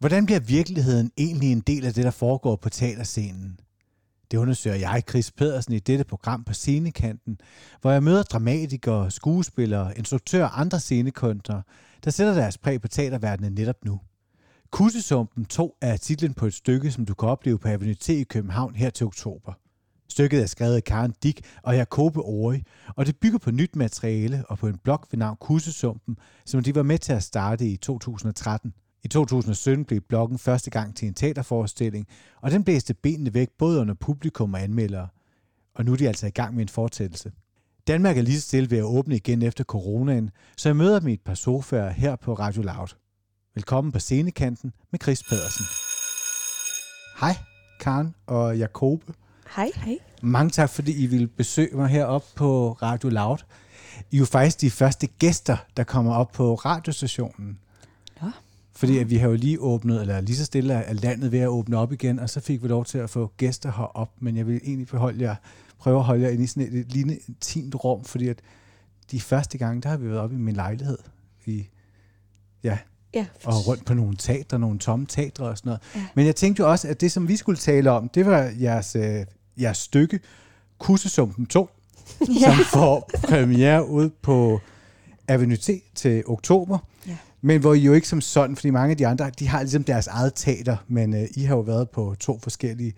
Hvordan bliver virkeligheden egentlig en del af det, der foregår på teaterscenen? Det undersøger jeg, Chris Pedersen, i dette program på Scenekanten, hvor jeg møder dramatikere, skuespillere, instruktører og andre scenekunstnere, der sætter deres præg på teaterverdenen netop nu. Kussesumpen 2 er titlen på et stykke, som du kan opleve på Avenue T i København her til oktober. Stykket er skrevet af Karen Dick og Jacobe Ori, og det bygger på nyt materiale og på en blog ved navn Kussesumpen, som de var med til at starte i 2013. I 2017 blev bloggen første gang til en teaterforestilling, og den blæste benene væk både under publikum og anmeldere. Og nu er de altså i gang med en fortsættelse. Danmark er lige så stille ved at åbne igen efter coronaen, så jeg møder dem i et par sofaer her på Radio Loud. Velkommen på Scenekanten med Chris Pedersen. Hej, Karen og Jacobe. Hej. Mange tak, fordi I ville besøge mig heroppe på Radio Loud. I er jo faktisk de første gæster, der kommer op på radiostationen. Ja. Fordi at vi har jo lige åbnet, eller lige så stille er landet ved at åbne op igen, og så fik vi lov til at få gæster herop, men jeg vil egentlig prøve at holde jer inde i sådan et lignende intimt rum, fordi at de første gange, der har vi været oppe i min lejlighed, og rundt på nogle teatre, nogle tomme teatre og sådan noget. Ja. Men jeg tænkte jo også, at det, som vi skulle tale om, det var jeres stykke, Kussesumpen 2, som får premiere ude på Avenue T til oktober. Ja. Men hvor I jo ikke som sådan, fordi mange af de andre, de har ligesom deres eget teater, men I har jo været på 2 forskellige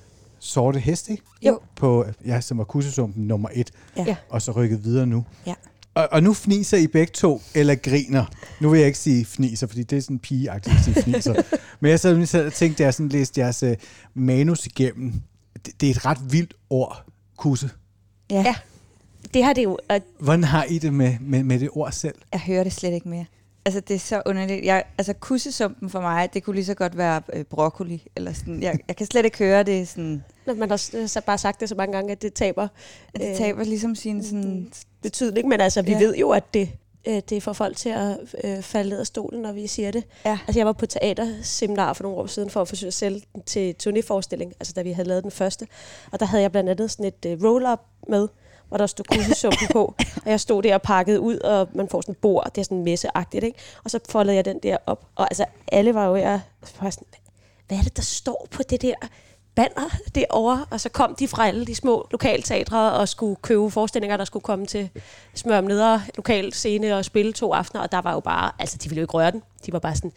sorte heste, ikke? Jo. På, som var Kussesumpen nummer 1, og så rykket videre nu. Ja. Og nu fniser I begge to, eller griner. Nu vil jeg ikke sige fniser, fordi det er sådan pigeagtigt at sige fniser. Men jeg sad og tænkte, da jeg sådan læste jeres manus igennem. Det er et ret vildt ord, kusse. Ja, det har det jo. Hvordan har I det med det ord selv? Jeg hører det slet ikke mere. Altså, det er så underligt. Kussesumpen for mig, det kunne lige så godt være broccoli, eller sådan. Jeg kan slet ikke høre det sådan. Man har så bare sagt det så mange gange, at det taber. Det taber ligesom sin sådan betydning, men altså, vi ved jo, at det får folk til at falde ned af stolen, når vi siger det. Ja. Altså, jeg var på teaterseminar for nogle år siden, for at forsøge at sælge den til turnéforestilling, altså da vi havde lavet den første. Og der havde jeg blandt andet sådan et roll-up med, hvor der stod Kussesumpen på, og jeg stod der og pakkede ud, og man får sådan et bord, det er sådan messeagtigt, ikke? Og så foldede jeg den der op, og altså alle var jo sådan, hvad er det, der står på det der banner derovre? Og så kom de fra alle de små lokalteatre og skulle købe forestillinger, der skulle komme til Smørum Nedre lokal scene og spille 2 aftener, og der var jo bare, altså de ville jo ikke røre den. De var bare sådan,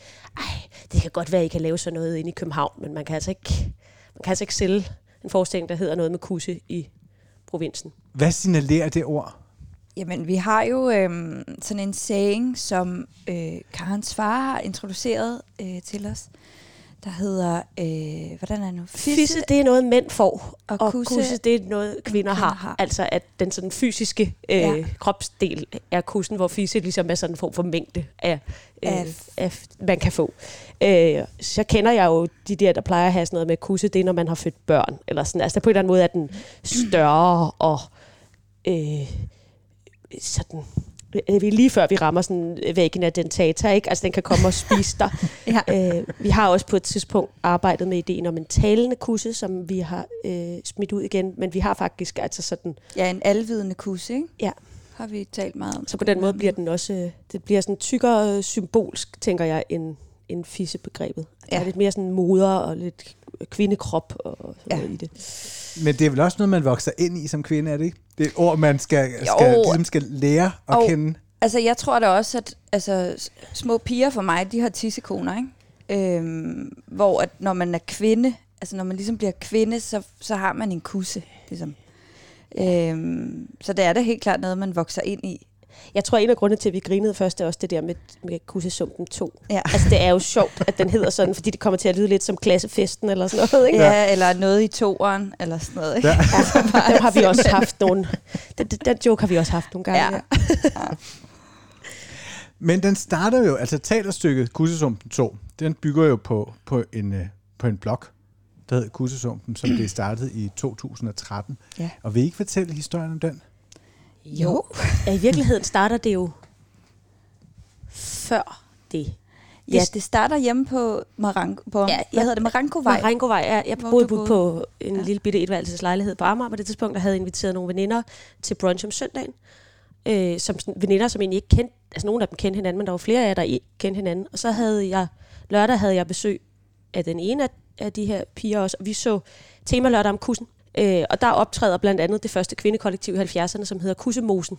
det kan godt være, I kan lave sådan noget inde i København, men man kan altså ikke sælge en forestilling, der hedder noget med kusse i provinsen. Hvad signalerer det ord? Jamen, vi har jo sådan en saying, som Karens far har introduceret til os, der hedder, hvordan er det nu? Fisse, det er noget, mænd får, og kusse, det er noget, kvinder har. Altså, at den sådan fysiske kropsdel er kussen, hvor fisse ligesom er sådan en form for mængde af man kan få. Så kender jeg jo de der plejer at have sådan noget med kusse, det er, når man har født børn, eller sådan. Altså, der på en eller anden måde er den større og sådan. Lige før vi rammer sådan vagina dentata, ikke? Altså den kan komme og spise dig. Vi har også på et tidspunkt arbejdet med ideen om en talende kusse, som vi har smidt ud igen, men vi har faktisk altså sådan. Ja, en alvidende kusse, ikke? Ja. Har vi talt meget om. Så på den måde bliver den også, det bliver sådan tykkere symbolsk, tænker jeg, end fissebegrebet. Der er lidt mere sådan moder og lidt kvindekrop og sådan noget i det. Men det er vel også noget, man vokser ind i som kvinde, er det ikke? Det er et ord, man skal lære at kende. Altså, jeg tror da også, at små piger for mig, de har tissekoner, ikke? Hvor at når man er kvinde, altså når man ligesom bliver kvinde, så har man en kusse, ligesom. Så det er da helt klart noget, man vokser ind i. Jeg tror, en af grundene til, at vi grinede først, er også det der med Kussesumpen 2. Ja. Altså, det er jo sjovt, at den hedder sådan, fordi det kommer til at lyde lidt som klassefesten eller sådan noget, ikke? Ja, eller noget i toeren, eller sådan noget, ikke? Ja. Den har vi også haft nogle. Den joke har vi også haft nogle gange. Ja. Men den starter jo, altså teaterstykket Kussesumpen 2, den bygger jo på en blog, der hedder Kussesumpen, som blev startet i 2013. Ja. Og vil I ikke fortælle historien om den? Jo. I virkeligheden starter det jo før det. Ja, det starter hjemme på Marankovej. Marankovej, ja. Jeg boede på en lille bitte etværelseslejlighed på Amager på det tidspunkt, der havde inviteret nogle veninder til brunch om søndagen. Som veninder, som egentlig ikke kendte, altså nogle af dem kendte hinanden, men der var flere af jer, der ikke kendte hinanden. Og så havde jeg lørdag havde jeg besøg af den ene af de her piger også, og vi så temalørdag om kussen. Og der optræder blandt andet det første kvindekollektiv i 70'erne, som hedder Kussemosen.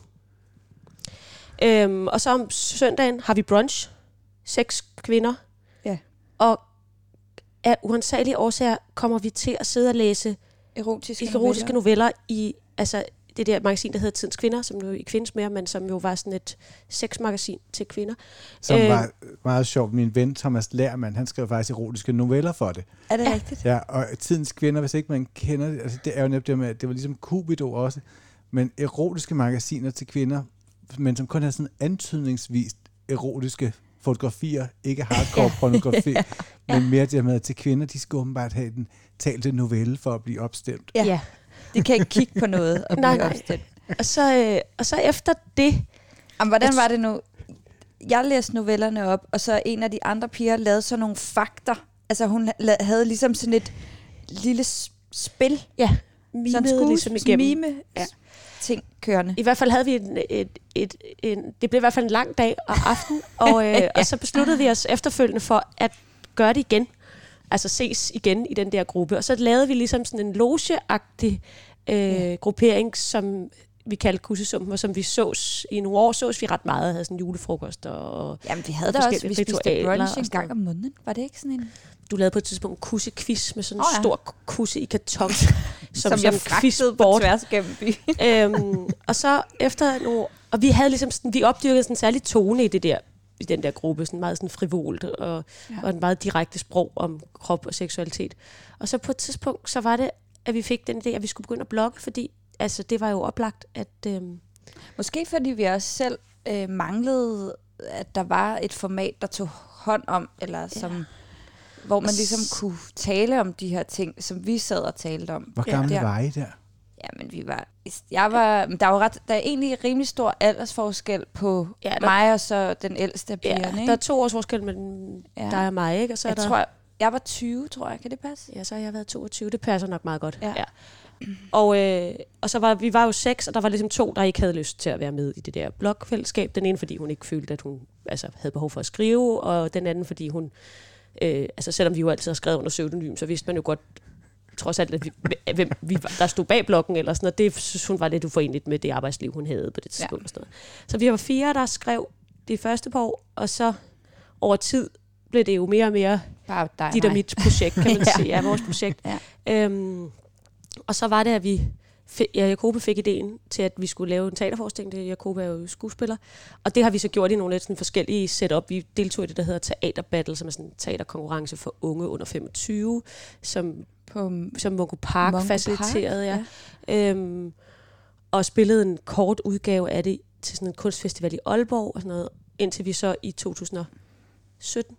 Og så om søndagen har vi brunch. 6 kvinder. Ja. Og af uansagelige årsager kommer vi til at sidde og læse erotiske noveller i det der magasin, der hedder Tidens Kvinder, som jo ikke findes mere, men som jo var sådan et sexmagasin til kvinder. Som var meget sjovt. Min ven Thomas Lermann, han skrev faktisk erotiske noveller for det. Er det rigtigt? Ja, og Tidens Kvinder, hvis ikke man kender det, altså det er jo netop det med, at det var ligesom Cupido også, men erotiske magasiner til kvinder, men som kun har sådan antydningsvist erotiske fotografier, ikke hardcore pornografi, men mere det med, til kvinder, de skal åbenbart have den talte novelle for at blive opstemt. Ja. De kan ikke kigge på noget og blive opstemt. Og så efter det... Jamen, hvordan var det nu? Jeg læste novellerne op, og så en af de andre piger lavede sådan nogle fakter. Altså hun havde ligesom sådan et lille spil. Ja, mimede ligesom igennem. Ting kørende. I hvert fald havde vi det blev i hvert fald en lang dag og aften, og så besluttede vi os efterfølgende for at gøre det igen. Altså ses igen i den der gruppe. Og så lavede vi ligesom sådan en logeagtig gruppering, som vi kaldte Kussesumpen, og som vi sås i nogle år, sås vi ret meget, havde sådan julefrokost og jamen, vi havde da også, vi spiste brunch en gang om måneden. Var det ikke sådan en... Du lavede på et tidspunkt kussequiz med sådan en stor kusse i karton, som jeg fragtede på tværs gennem byen. Og så efter nogle... Og vi havde ligesom sådan, vi opdyrkede sådan en særlig tone i den der gruppe, sådan meget sådan frivolt og en meget direkte sprog om krop og seksualitet. Og så på et tidspunkt, så var det, at vi fik den idé, at vi skulle begynde at blogge, fordi altså, det var jo oplagt, at... Måske fordi vi også selv manglede, at der var et format, der tog hånd om, eller som... Hvor man ligesom kunne tale om de her ting, som vi sad og talte om. Hvor gamle var I der? Jamen, der er egentlig rimelig stor aldersforskel på mig og så den ældste af pigerne. Ja, der er 2 års forskel mellem dig og mig, ikke? Og så jeg var 20, tror jeg. Kan det passe? Ja, så har jeg været 22. Det passer nok meget godt. Ja. Og så var vi var jo 6, og der var ligesom 2, der ikke havde lyst til at være med i det der blogfællesskab. Den ene, fordi hun ikke følte, at hun havde behov for at skrive, og den anden, fordi hun... selvom vi jo altid har skrevet under pseudonym, så vidste man jo godt, trods alt, at der stod bag bloggen, eller sådan noget. Det synes hun var lidt uforeneligt med det arbejdsliv, hun havde på det tidspunkt. Og sådan noget. Så vi var 4, der skrev de første par år, og så over tid blev det jo mere og mere dit og mit projekt, kan man sige. Ja, vores projekt. Ja. Og så var det, at Jacobe fik ideen til, at vi skulle lave en teaterforestilling. Jacobe er jo skuespiller. Og det har vi så gjort i nogle lidt sådan forskellige setup. Vi deltog i det, der hedder Teaterbattle, som er sådan en teaterkonkurrence for unge under 25, som Mungo Park faciliterede. Ja. Og spillede en kort udgave af det til sådan en kunstfestival i Aalborg og sådan noget, indtil vi så i 2017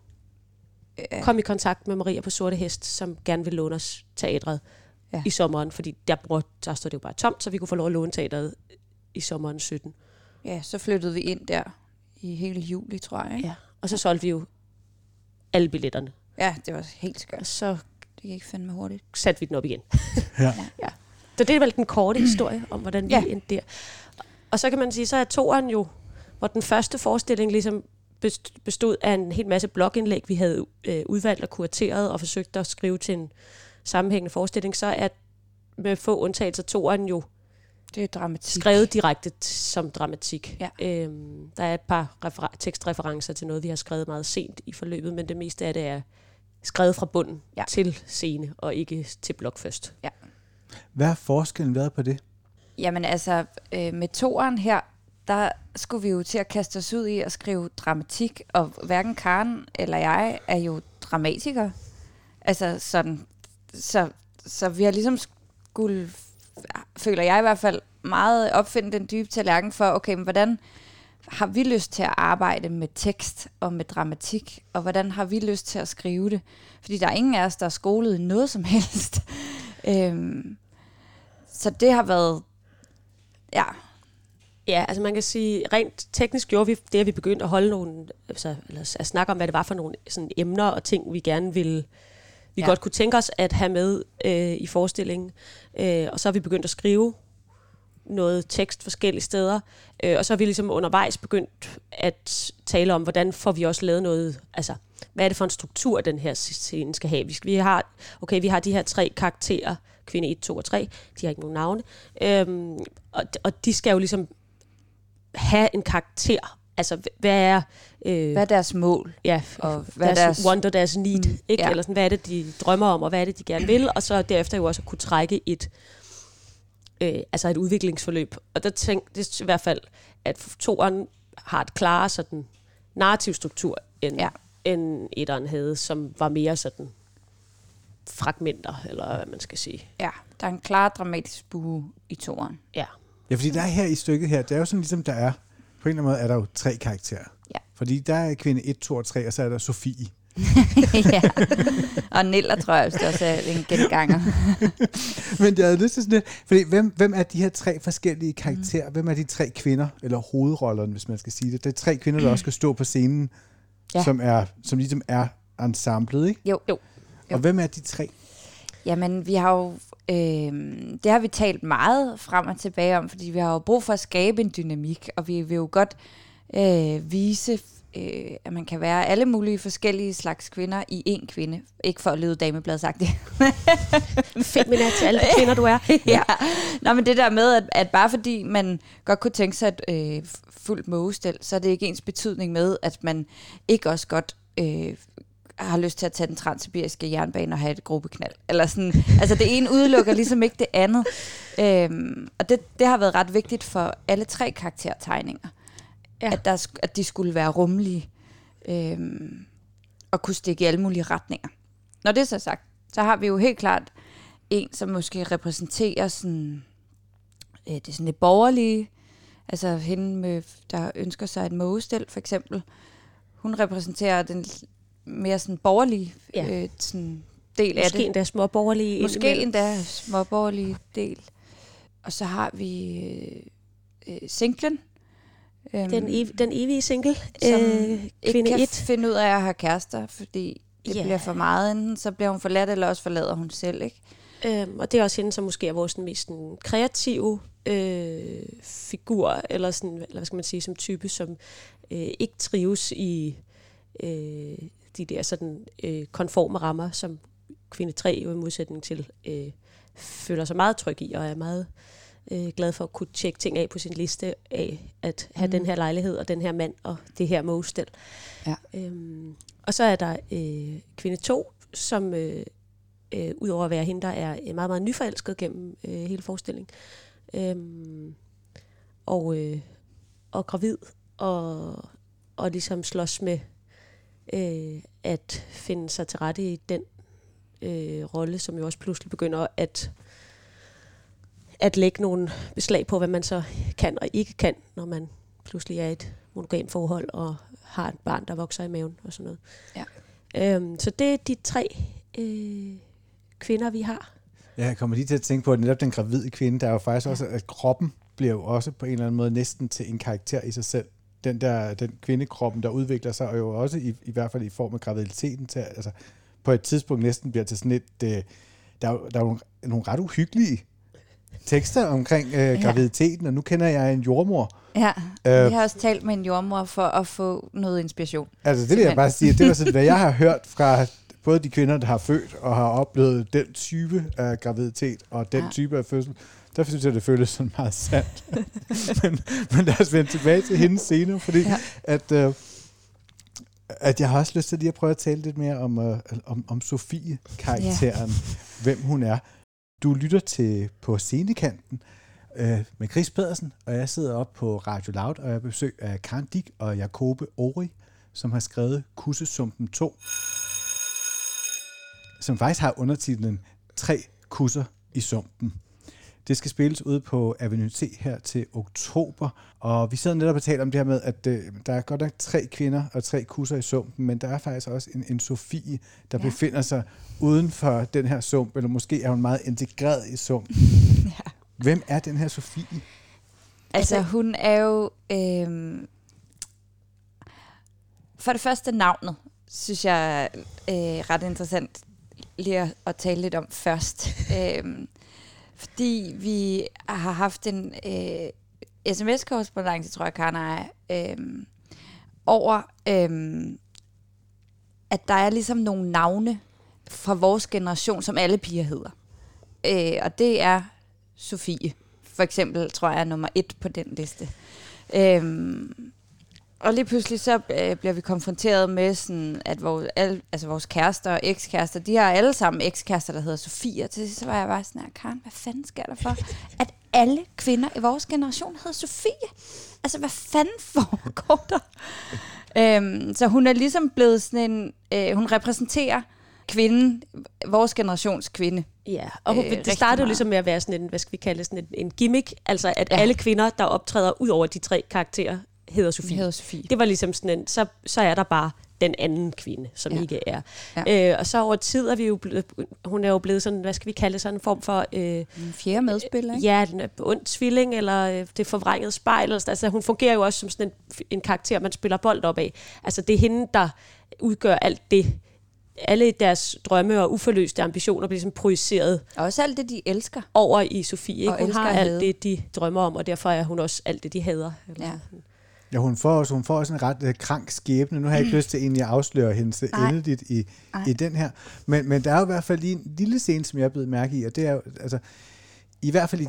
kom i kontakt med Maria på Sorte Hest, som gerne ville låne os teatret i sommeren, fordi der stod det jo bare tomt, så vi kunne få lov at låne teatret i sommeren 17. Ja, så flyttede vi ind der i hele juli, tror jeg. Ikke? Ja, og så solgte vi jo alle billetterne. Ja, det var helt skørt. Og så det gik fandme hurtigt. Satte vi den op igen. Ja. Så det er vel den korte historie om, hvordan vi endte der. Og så kan man sige, så er 2'eren jo, hvor den første forestilling ligesom bestod af en hel masse blogindlæg, vi havde udvalgt og kurateret og forsøgt at skrive til en sammenhængende forestilling, så er med få undtagelser 2'eren jo det er dramatik. Skrevet direkte som dramatik. Ja. Der er et par tekstreferencer til noget, vi har skrevet meget sent i forløbet, men det meste af det er skrevet fra bunden til scene, og ikke til blog først. Ja. Hvad har forskellen været på det? Jamen altså, med 2'eren her, der skulle vi jo til at kaste os ud i at skrive dramatik, og hverken Karen eller jeg er jo dramatikere. Altså sådan, så vi har ligesom skulle, føler jeg i hvert fald, meget opfinde den dybe tallerken for, okay, men hvordan har vi lyst til at arbejde med tekst og med dramatik, og hvordan har vi lyst til at skrive det? Fordi der er ingen af os, der er skolet i noget som helst. Så det har været, Ja, altså man kan sige, rent teknisk gjorde vi det, at vi begyndte at holde nogle, eller at snakke om, hvad det var for nogle sådan emner og ting, vi gerne ville, godt kunne tænke os at have med i forestillingen. Og så har vi begyndt at skrive noget tekst forskellige steder. Og så har vi ligesom undervejs begyndt at tale om, hvordan får vi også lavet noget, altså hvad er det for en struktur, den her scene skal have. Vi har de her 3 karakterer, kvinde 1, 2 og 3, de har ikke nogen navne, og de skal jo ligesom have en karakter. Altså, hvad er deres mål? Ja, og hvad deres wonder, deres need, ikke? Ja. Eller sådan, hvad er det, de drømmer om, og hvad er det, de gerne vil, og så derefter jo også at kunne trække et udviklingsforløb. Og der tænkte det i hvert fald, at 2'eren har et klarere sådan narrativ struktur, end 1'eren havde, som var mere sådan fragmenter, eller hvad man skal sige. Ja, der er en klar dramatisk bue i 2'eren. Ja. Ja, fordi der er her i stykket her, det er jo sådan ligesom, der er, på en eller anden måde er der jo 3 karakterer. Ja. Fordi der er kvinde 1, 2 og 3, og så er der Sofie. Ja, og Niller tror jeg også er en genganger. Men jeg havde lyst til sådan lidt, fordi hvem er de her 3 forskellige karakterer? Hvem er de 3 kvinder, eller hovedrollerne, hvis man skal sige det? Det er 3 kvinder, der også skal stå på scenen, som ligesom er ensemblet, ikke? Jo. Og hvem er de 3? Jamen, vi har jo det har vi talt meget frem og tilbage om, fordi vi har jo brug for at skabe en dynamik, og vi vil jo godt vise, at man kan være alle mulige forskellige slags kvinder i én kvinde. Ikke for at lyde damebladsagtigt. Fedt til alle de kvinder, du er. Ja. Nå, men det der med, at bare fordi man godt kunne tænke sig et fuldt mågestel, så er det ikke ens betydning med, at man ikke også godt har lyst til at tage den transsibiriske jernbane og have et gruppeknald. Eller sådan. Altså det ene udelukker ligesom ikke det andet. Og det har været ret vigtigt for alle 3 karaktertegninger. Ja. At de skulle være rummelige og kunne stikke i alle mulige retninger. Når det er så sagt, så har vi jo helt klart en, som måske repræsenterer sådan, det er sådan det borgerlige, altså hende, der ønsker sig et mågestel, for eksempel. Hun repræsenterer den mere sådan borgerlige sådan del af det. Måske endda småborgerlige. Måske endda småborgerlige del. Og så har vi singlen. Den evige single. Som ikke kan finde ud af at have kærester, fordi det bliver for meget. Enten så bliver hun forladt, eller også forlader hun selv, ikke? Og det er også hende, som måske er vores mest kreative figur, eller hvad skal man sige, som type, som ikke trives i de der sådan konforme rammer, som kvinde 3 jo i modsætning til føler sig meget tryg i, og er meget glad for at kunne tjekke ting af på sin liste af at have den her lejlighed, og den her mand, og det her mågestel. Ja. Og så er der kvinde 2, som udover at være hende, der er meget, meget nyforelsket gennem hele forestillingen, og gravid, og ligesom slås med at finde sig til rette i den rolle, som jo også pludselig begynder at lægge nogle beslag på, hvad man så kan og ikke kan, når man pludselig er i et monogamt forhold og har et barn, der vokser i maven og sådan noget. Ja. Så det er de 3 kvinder, vi har. Ja, jeg kommer lige til at tænke på, at netop den gravide kvinde, der er jo faktisk også, at kroppen bliver jo også på en eller anden måde næsten til en karakter i sig selv. Den kvindekroppen, der udvikler sig, og jo også i hvert fald i form af graviditeten, til, altså på et tidspunkt næsten bliver til sådan et, der er jo nogle ret uhyggelige tekster omkring graviditeten, og nu kender jeg en jordmor. Ja, vi har også talt med en jordmor for at få noget inspiration. Altså det vil jeg bare sige, det var sådan, hvad jeg har hørt fra både de kvinder, der har født og har oplevet den type af graviditet og den type af fødsel. Der synes jeg, det føles sådan meget sandt. men lad os vende tilbage til hende senere, fordi at jeg har også lyst til lige at prøve at tale lidt mere om Sofie-karakteren, hvem hun er. Du lytter til På Scenekanten med Chris Pedersen, og jeg sidder oppe på Radio Loud, og jeg er på besøg af Karen Dick og Jacobe Ori, som har skrevet Kussesumpen 2, som faktisk har undertitlen 3 kusser i sumpen. Det skal spilles ude på Avenue T her til oktober, og vi sidder netop og taler om det her med, at der er godt nok 3 kvinder og 3 kusser i sumpen, men der er faktisk også en Sofie, der befinder sig uden for den her sump, eller måske er hun meget integreret i sumpen. Ja. Hvem er den her Sofie? Altså hun er jo for det første navnet, synes jeg er ret interessant lige at tale lidt om først. Fordi vi har haft en sms-korrespondance, tror jeg, Karen, over at der er ligesom nogle navne fra vores generation, som alle piger hedder. Og det er Sofie, for eksempel, tror jeg, er nummer 1 på den liste. Og lige pludselig så bliver vi konfronteret med, sådan, at vores kærester og ekskærester, de har alle sammen ekskærester, der hedder Sofie. Og til sidst så var jeg bare sådan her, Karen, hvad fanden sker der for, at alle kvinder i vores generation hedder Sofie? Altså, hvad fanden foregår der? Så hun er ligesom blevet sådan en, hun repræsenterer kvinden, vores generations kvinde. Ja, og det startede jo ligesom med at være sådan en, hvad skal vi kalde sådan en gimmick, altså at alle kvinder, der optræder ud over de 3 karakterer, hedder Sofie. Det var ligesom sådan en, så er der bare den anden kvinde, som ikke er. Ja. Og så over tid er vi jo hun er jo blevet sådan, hvad skal vi kalde sådan en form for... en fjerde medspiller, ikke? Ja, den er ond tvilling, eller det forvrængede spejl. Altså, hun fungerer jo også som sådan en karakter, man spiller bold op af. Altså, det er hende, der udgør alt det. Alle deres drømme og uforløste ambitioner bliver ligesom projiceret. Og også alt det, de elsker. Over i Sofie. Ikke? Hun har alt det, de drømmer om, og derfor er hun også alt det, de hader. Ja, hun får også en ret krank skæbne. Nu har jeg ikke lyst til egentlig at afsløre hendes endeligt i den her. Men der er jo i hvert fald lige en lille scene, som jeg er blevet mærke i, og det er jo, altså, i hvert fald i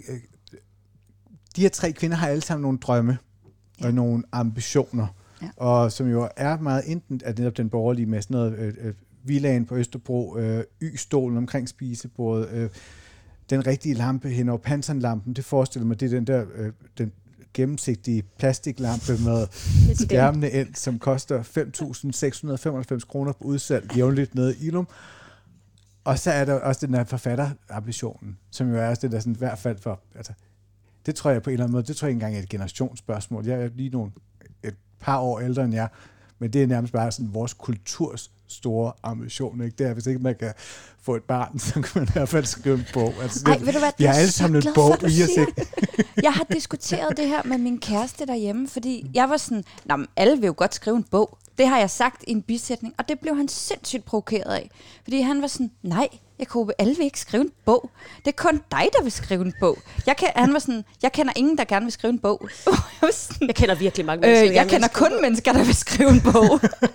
de her 3 kvinder har alle sammen nogle drømme og nogle ambitioner, og som jo er meget enten at netop den borgerlige med sådan noget villaen på Østerbro, Y-stolen omkring spisebordet, den rigtige lampe hen over Panson-lampen, det forestiller mig, det er den der den gennemsigtige plastiklampe med skærmende end, som koster 5.695 kroner på udsalg jævnligt nede i Ilum. Og så er der også den der forfatterambitionen, som jo er også det der sådan i hvert fald for, altså, det tror jeg på en eller anden måde, det tror jeg ikke engang er et generationsspørgsmål. Jeg er lige et par år ældre end jeg, men det er nærmest bare sådan vores kulturs store ambition, ikke? Det er, hvis ikke man kan få et barn, så kan man i hvert fald skrive en bog. Altså, ved du hvad, vi har alle sammen en bog i os, ikke? Jeg har diskuteret det her med min kæreste derhjemme, fordi jeg var sådan, alle vil jo godt skrive en bog. Det har jeg sagt i en bisætning, og det blev han sindssygt provokeret af. Fordi han var sådan, nej, Jacobe, alle vil ikke skrive en bog. Det er kun dig, der vil skrive en bog. Han var sådan, jeg kender ingen, der gerne vil skrive en bog. Jeg kender virkelig mange mennesker. Jeg kender kun mennesker, der vil skrive en bog.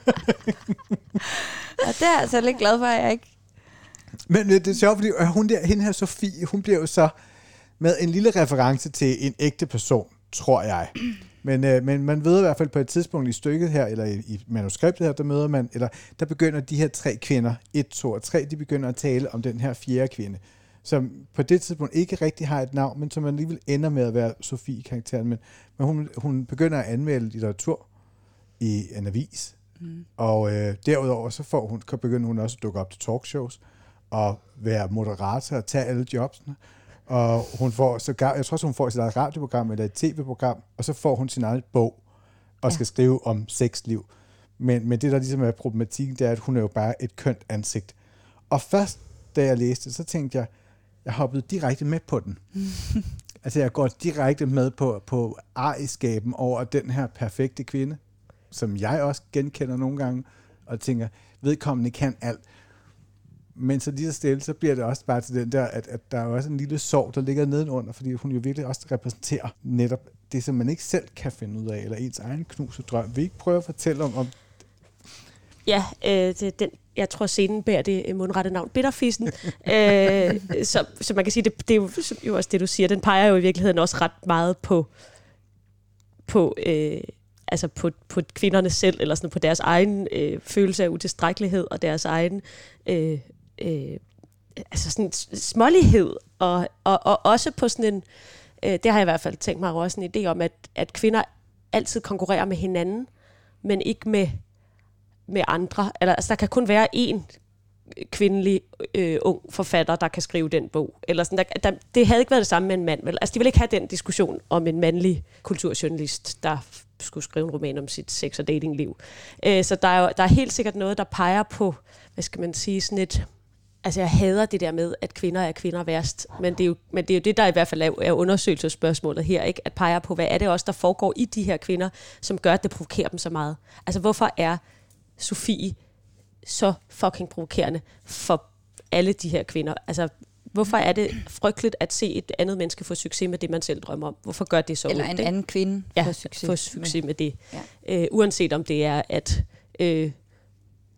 Og det er jeg altså lidt glad for, at jeg ikke... Men det er sjovt, fordi hende her Sofie, hun bliver jo så med en lille reference til en ægte person, tror jeg. Men man ved i hvert fald på et tidspunkt i stykket her, eller i manuskriptet her, der begynder de her 3 kvinder, 1, 2 og 3, de begynder at tale om den her 4. kvinde, som på det tidspunkt ikke rigtig har et navn, men som alligevel ender med at være Sofie-karakteren. Men hun begynder at anmelde litteratur i en avis, og derudover så begynder hun også at dukke op til talkshows, og være moderator og tage alle jobsene. Og hun får jeg tror, hun får sit eget radioprogram eller et tv-program, og så får hun sin egen bog og skal skrive om sexliv. Men det, der ligesom er problematikken, det er, at hun er jo bare et kønt ansigt. Og først, da jeg læste, så tænkte jeg hoppede direkte med på den. Altså, jeg går direkte med på ejerskaben over den her perfekte kvinde, som jeg også genkender nogle gange, og tænker, vedkommende kan alt. Men så lige så stille, så bliver det også bare til den der, at der er også en lille sorg, der ligger nedenunder, fordi hun jo virkelig også repræsenterer netop det, som man ikke selv kan finde ud af, eller ens egen knuse drøm. Vil I ikke prøve at fortælle om... Ja, jeg tror scenen bærer det mundrette navn Bitterfissen. Så man kan sige, det er jo også det, du siger, den peger jo i virkeligheden også ret meget på kvinderne selv, eller sådan på deres egen følelse af utilstrækkelighed, og deres egen sådan smålighed, og også på sådan en, det har jeg i hvert fald tænkt mig også en idé om, at kvinder altid konkurrerer med hinanden, men ikke med andre. Altså, der kan kun være én kvindelig ung forfatter, der kan skrive den bog. Eller sådan, det havde ikke været det samme med en mand. Vel? Altså, de ville ikke have den diskussion om en mandlig kulturjournalist, der skulle skrive en roman om sit sex- og datingliv. Så der er helt sikkert noget, der peger på, hvad skal man sige, sådan et... Altså, jeg hader det der med, at kvinder er kvinder værst. Men det er jo det, der i hvert fald er undersøgelsesspørgsmålet her, ikke? At pege på, hvad er det også, der foregår i de her kvinder, som gør, at det provokerer dem så meget. Altså, hvorfor er Sofie så fucking provokerende for alle de her kvinder? Altså, hvorfor er det frygteligt at se et andet menneske få succes med det, man selv drømmer om? Hvorfor gør det så eller ondt, en anden kvinde få succes med det. Ja. Uanset om det er at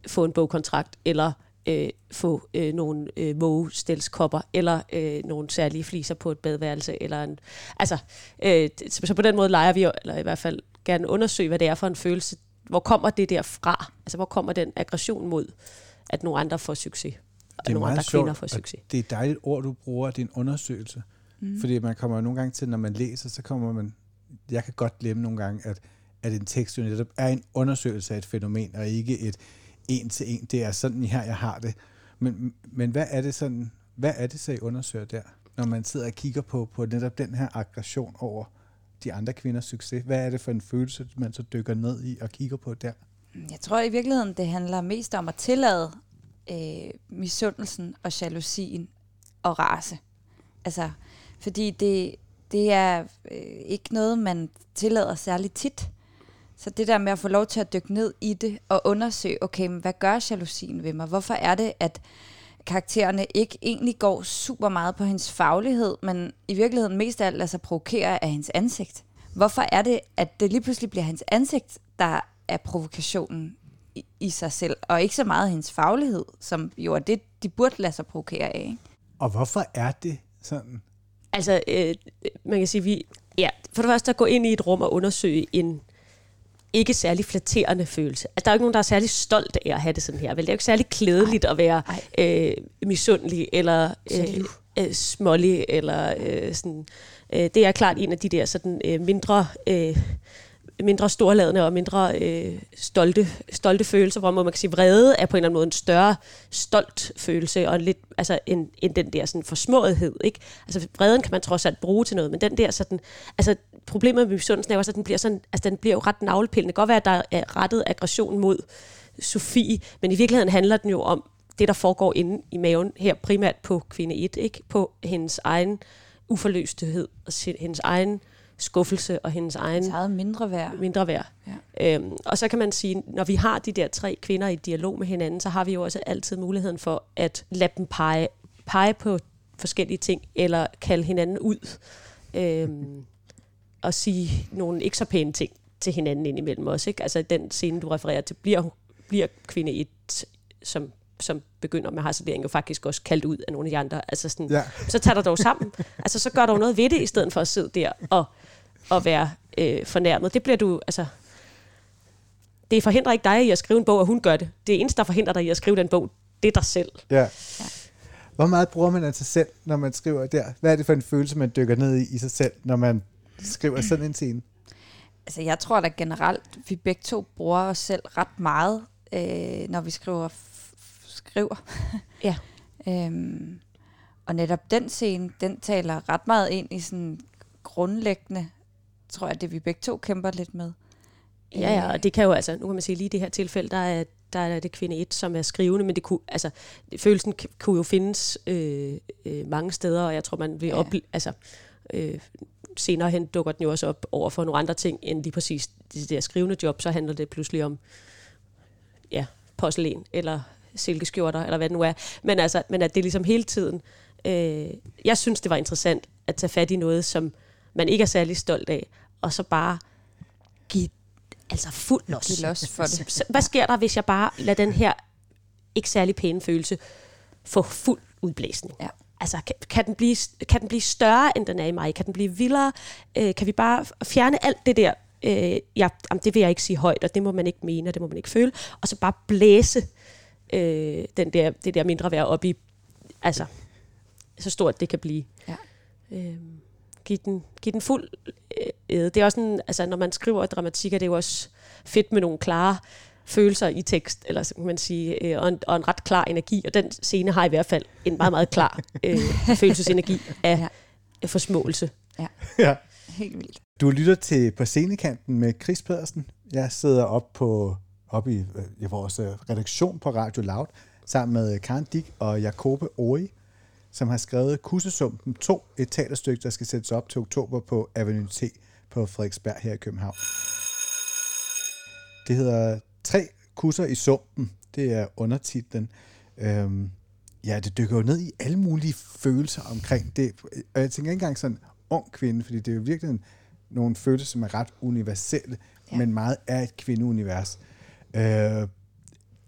få en bogkontrakt, eller få nogle vågestelskopper, eller nogle særlige fliser på et badeværelse, eller så på den måde leger vi, eller i hvert fald gerne undersøge, hvad det er for en følelse. Hvor kommer det der fra? Altså, hvor kommer den aggression mod, at nogle andre får succes? Det er nogle andre sjovt, kvinder får succes. Det er et dejligt ord, du bruger, det er en undersøgelse. Fordi man kommer nogle gange til, når man læser, så kommer man... Jeg kan godt glemme nogle gange, at en tekst jo netop er en undersøgelse af et fænomen, og ikke et en til en. Det er sådan her, jeg har det. Men hvad er det så, I undersøger der, når man sidder og kigger på netop den her aggression over de andre kvinders succes? Hvad er det for en følelse, man så dykker ned i og kigger på der? Jeg tror i virkeligheden, det handler mest om at tillade misundelsen og jalousien og rase. Altså, fordi det er ikke noget, man tillader særligt tit. Så det der med at få lov til at dykke ned i det og undersøge, okay, men hvad gør jalousien ved mig? Hvorfor er det, at karaktererne ikke egentlig går super meget på hendes faglighed, men i virkeligheden mest af alt lader sig provokere af hendes ansigt? Hvorfor er det, at det lige pludselig bliver hendes ansigt, der er provokationen i sig selv, og ikke så meget hendes faglighed, som jo er det, de burde lade sig provokere af, ikke? Og hvorfor er det sådan? Altså, man kan sige, for det første at gå ind i et rum og undersøge en ikke særlig flatterende følelse. Altså, der er jo ikke nogen, der er særlig stolt af at have det sådan her. Vel? Det er jo ikke særlig klædeligt at være misundelig, eller smålig, eller sådan. Det er klart en af de der sådan, mindre storladende og mindre stolte følelser, hvor man kan sige, vrede er på en eller anden måde en større stolt følelse, og lidt, altså, end den der sådan forsmåethed, ikke? Altså, vreden kan man trods alt bruge til noget, men den der sådan, altså, problemet med misundelsen er også, at den bliver sådan, altså, den bliver jo ret navlepillende. Det kan godt være, at der er rettet aggression mod Sofie, men i virkeligheden handler den jo om det, der foregår inde i maven, her primært på kvinde 1, ikke? På hendes egen uforløsthed, og hendes egen skuffelse og hendes egen mindre værd. Ja. Og så kan man sige, når vi har de der 3 kvinder i dialog med hinanden, så har vi jo også altid muligheden for at lade dem pege på forskellige ting, eller kalde hinanden ud, og sige nogle ikke så pæne ting til hinanden indimellem også. Ikke? Altså den scene, du refererer til, bliver kvinde 1, som begynder med harcelering, jo faktisk også kaldt ud af nogle af de andre. Altså sådan, ja. Så tager der dog sammen. Altså så gør der jo noget ved det, i stedet for at sidde der og være fornærmet. Det bliver du, altså... Det forhindrer ikke dig i at skrive en bog, og hun gør det. Det eneste, der forhindrer dig i at skrive den bog, det er dig selv. Ja. Hvor meget bruger man af sig selv, når man skriver der? Hvad er det for en følelse, man dykker ned i sig selv, når man skriver sådan en scene? Altså jeg tror da generelt, vi begge to bruger os selv ret meget, når vi skriver. Ja. Og netop den scene, den taler ret meget ind i sådan grundlæggende, tror jeg, det vi begge to kæmper lidt med. Ja, og det kan jo altså, nu kan man sige lige i det her tilfælde, der er det kvinde 1, som er skrivende, men det kunne, altså, følelsen kunne jo findes mange steder, og jeg tror, man vil senere hen dukker den jo også op over for nogle andre ting, end lige præcis det der skrivende job, så handler det pludselig om porcelæn, eller silkeskjorter, eller hvad det nu er. Men at det ligesom hele tiden, jeg synes, det var interessant at tage fat i noget, som man ikke er særlig stolt af, og så bare give fuld los for det. Så, hvad sker der, hvis jeg bare lader den her ikke særlig pæne følelse få fuld udblæsning? Ja. Altså, kan den blive større, end den er i mig? Kan den blive vildere? Kan vi bare fjerne alt det der? Det vil jeg ikke sige højt, og det må man ikke mene, og det må man ikke føle. Og så bare blæse det der mindre værd op i, altså, så stort det kan blive. Ja. Giv den fuld det er også sådan, altså når man skriver dramatik, er det jo også fedt med nogle klare følelser i tekst, eller så kan man sige, og en ret klar energi, og den scene har i hvert fald en meget, meget klar følelsesenergi af forsmåelse. Ja. Helt vildt. Du lytter til På Scenekanten med Chris Pedersen. Jeg sidder oppe i vores redaktion på Radio Loud, sammen med Karen Dick og Jacobe Ori, som har skrevet Kussesumpen 2, et teaterstykke, der skal sættes op til oktober på Avenue T på Frederiksberg her i København. Det hedder 3 kusser i sumpen. Det er undertitlen. Det dykker jo ned i alle mulige følelser omkring det. Og jeg tænker ikke engang sådan ung kvinde, fordi det er jo virkelig nogle følelser, som er ret universelle, men meget er et kvindeunivers.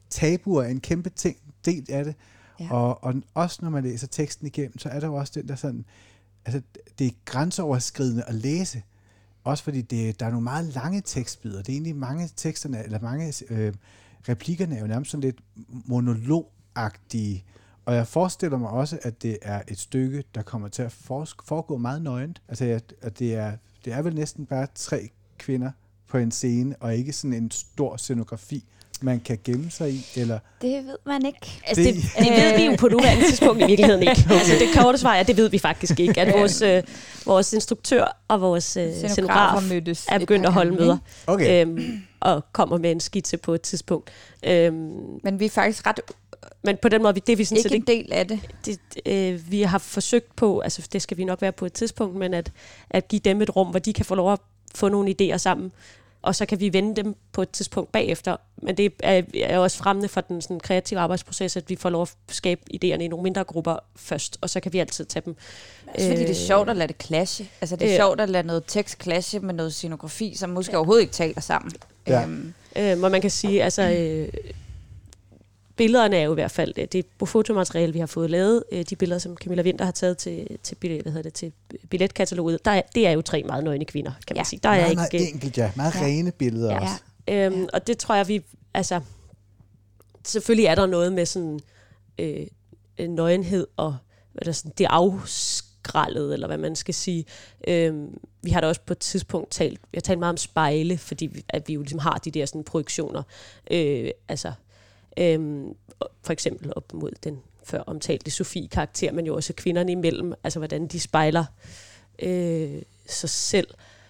tabuer er en kæmpe del af det. Ja. Og også når man læser teksten igennem, så er der jo også den der sådan, altså det er grænseoverskridende at læse. Også fordi der er nogle meget lange tekstbidder. Det er egentlig mange teksterne, eller mange replikkerne er jo nærmest sådan lidt monologagtige. Og jeg forestiller mig også, at det er et stykke, der kommer til at foregå meget nøgent. Altså, at det er vel næsten bare 3 kvinder på en scene, og ikke sådan en stor scenografi, man kan gemme sig i, eller... Det ved man ikke. Altså, det ved vi jo på nuværende tidspunkt i virkeligheden ikke. Okay. Altså, det korte svar er, det ved vi faktisk ikke. At vores instruktør og vores scenograf er begyndt at holde møder. Okay. Og kommer med en skitse på et tidspunkt. Men vi er faktisk ret... Men på den måde, det er vi sådan ikke en del af det. Vi har forsøgt på, altså det skal vi nok være på et tidspunkt, men at give dem et rum, hvor de kan få lov at få nogle idéer sammen, og så kan vi vende dem på et tidspunkt bagefter. Men det er også fremmende for den sådan, kreative arbejdsproces, at vi får lov at skabe idéerne i nogle mindre grupper først, og så kan vi altid tage dem. Også fordi det er sjovt at lade det clashe. Altså det er sjovt at lade noget tekst clashe med noget scenografi, som måske overhovedet ikke taler sammen. Ja. Hvor man kan sige, altså... billederne er jo i hvert fald det fotomateriale, vi har fået lavet. De billeder, som Camilla Winther har taget til billetkataloget, det er jo 3 meget nøgne kvinder, kan man sige. Der er meget enkelt, ja. Meget rene billeder også. Og det tror jeg, vi... Altså, selvfølgelig er der noget med sådan nøgenhed og det afskrællet, eller hvad man skal sige. Vi har da også på et tidspunkt talt meget om spejle, fordi at vi jo ligesom har de der sådan projektioner. For eksempel op mod den før omtalte Sofie-karakter, men jo også kvinderne imellem, altså hvordan de spejler sig selv.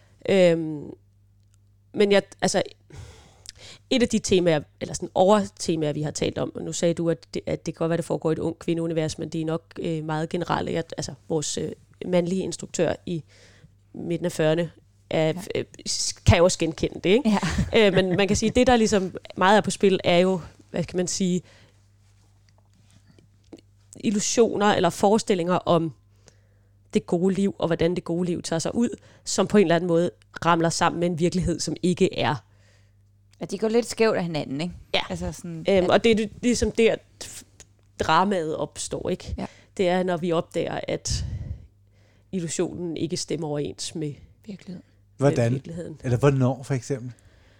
Men et af de temaer, eller sådan overtemaer, vi har talt om, og nu sagde du, at det kan godt være, det foregår i et ung kvindeunivers, men det er nok meget generelt. Altså vores mandlige instruktør i midten af 40'erne kan jo også genkende det, ikke? Ja. Men man kan sige, at det, der ligesom meget er på spil, er jo, hvad kan man sige, illusioner eller forestillinger om det gode liv, og hvordan det gode liv tager sig ud, som på en eller anden måde ramler sammen med en virkelighed, som ikke er. Ja, de går lidt skævt af hinanden, ikke? Ja, altså sådan, og det er ligesom der, dramaet opstår, ikke? Ja. Det er, når vi opdager, at illusionen ikke stemmer overens med virkeligheden. Hvordan? Eller hvornår, for eksempel?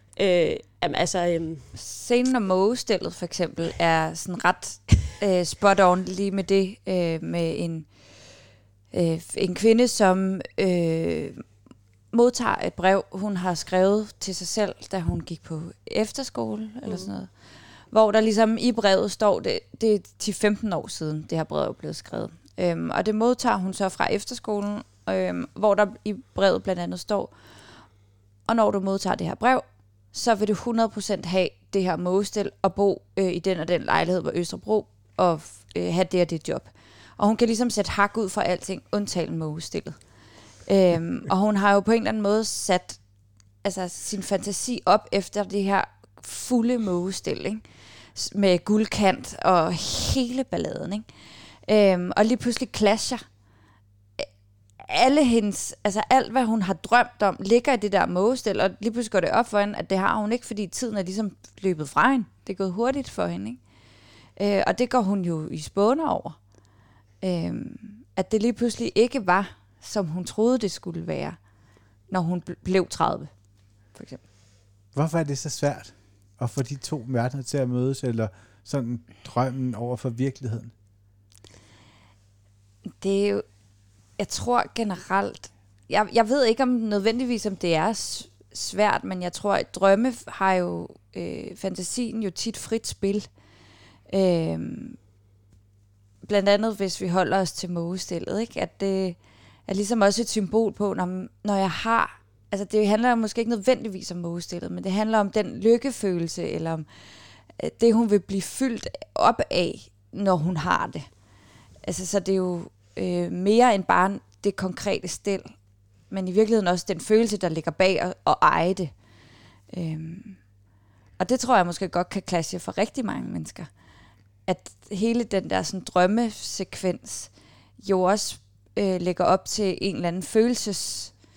Scenen om mågestillet, for eksempel, er sådan ret spot on lige med det, med en kvinde, som modtager et brev, hun har skrevet til sig selv, da hun gik på efterskole, eller sådan noget. Hvor der ligesom i brevet står, det er 10-15 år siden, det her brev er blevet skrevet. Og det modtager hun så fra efterskolen, hvor der i brevet blandt andet står, og når du modtager det her brev, så vil du 100% have det her mågestil og bo i den og den lejlighed på Østerbro og have det og det job. Og hun kan ligesom sætte hak ud for alting, undtagen mågestillet. Og hun har jo på en eller anden måde sat sin fantasi op efter det her fulde mågestil, ikke? Med guldkant og hele balladen, ikke? Og lige pludselig clasher alle hendes, alt hvad hun har drømt om, ligger i det der mågestil, og lige pludselig går det op for hende, at det har hun ikke, fordi tiden er ligesom løbet fra hende. Det er gået hurtigt for hende, ikke? Og det går hun jo i spåner over. At det lige pludselig ikke var, som hun troede, det skulle være, når hun blev 30, for eksempel. Hvorfor er det så svært at få de 2 verdener til at mødes, eller sådan drømmen over for virkeligheden? Det er jo, jeg tror generelt, jeg ved ikke om nødvendigvis, om det er svært, men jeg tror, at drømme har jo, fantasien jo tit frit spil. Blandt andet, hvis vi holder os til mågestillet, ikke? At det er ligesom også et symbol på, når jeg har, det handler måske ikke nødvendigvis om mågestillet, men det handler om den lykkefølelse, eller om det, hun vil blive fyldt op af, når hun har det. Så det er jo mere end bare det konkrete stil, men i virkeligheden også den følelse, der ligger bag at eje det. Og det tror jeg måske godt kan clashe for rigtig mange mennesker. At hele den der sådan drømmesekvens jo også lægger op til en eller anden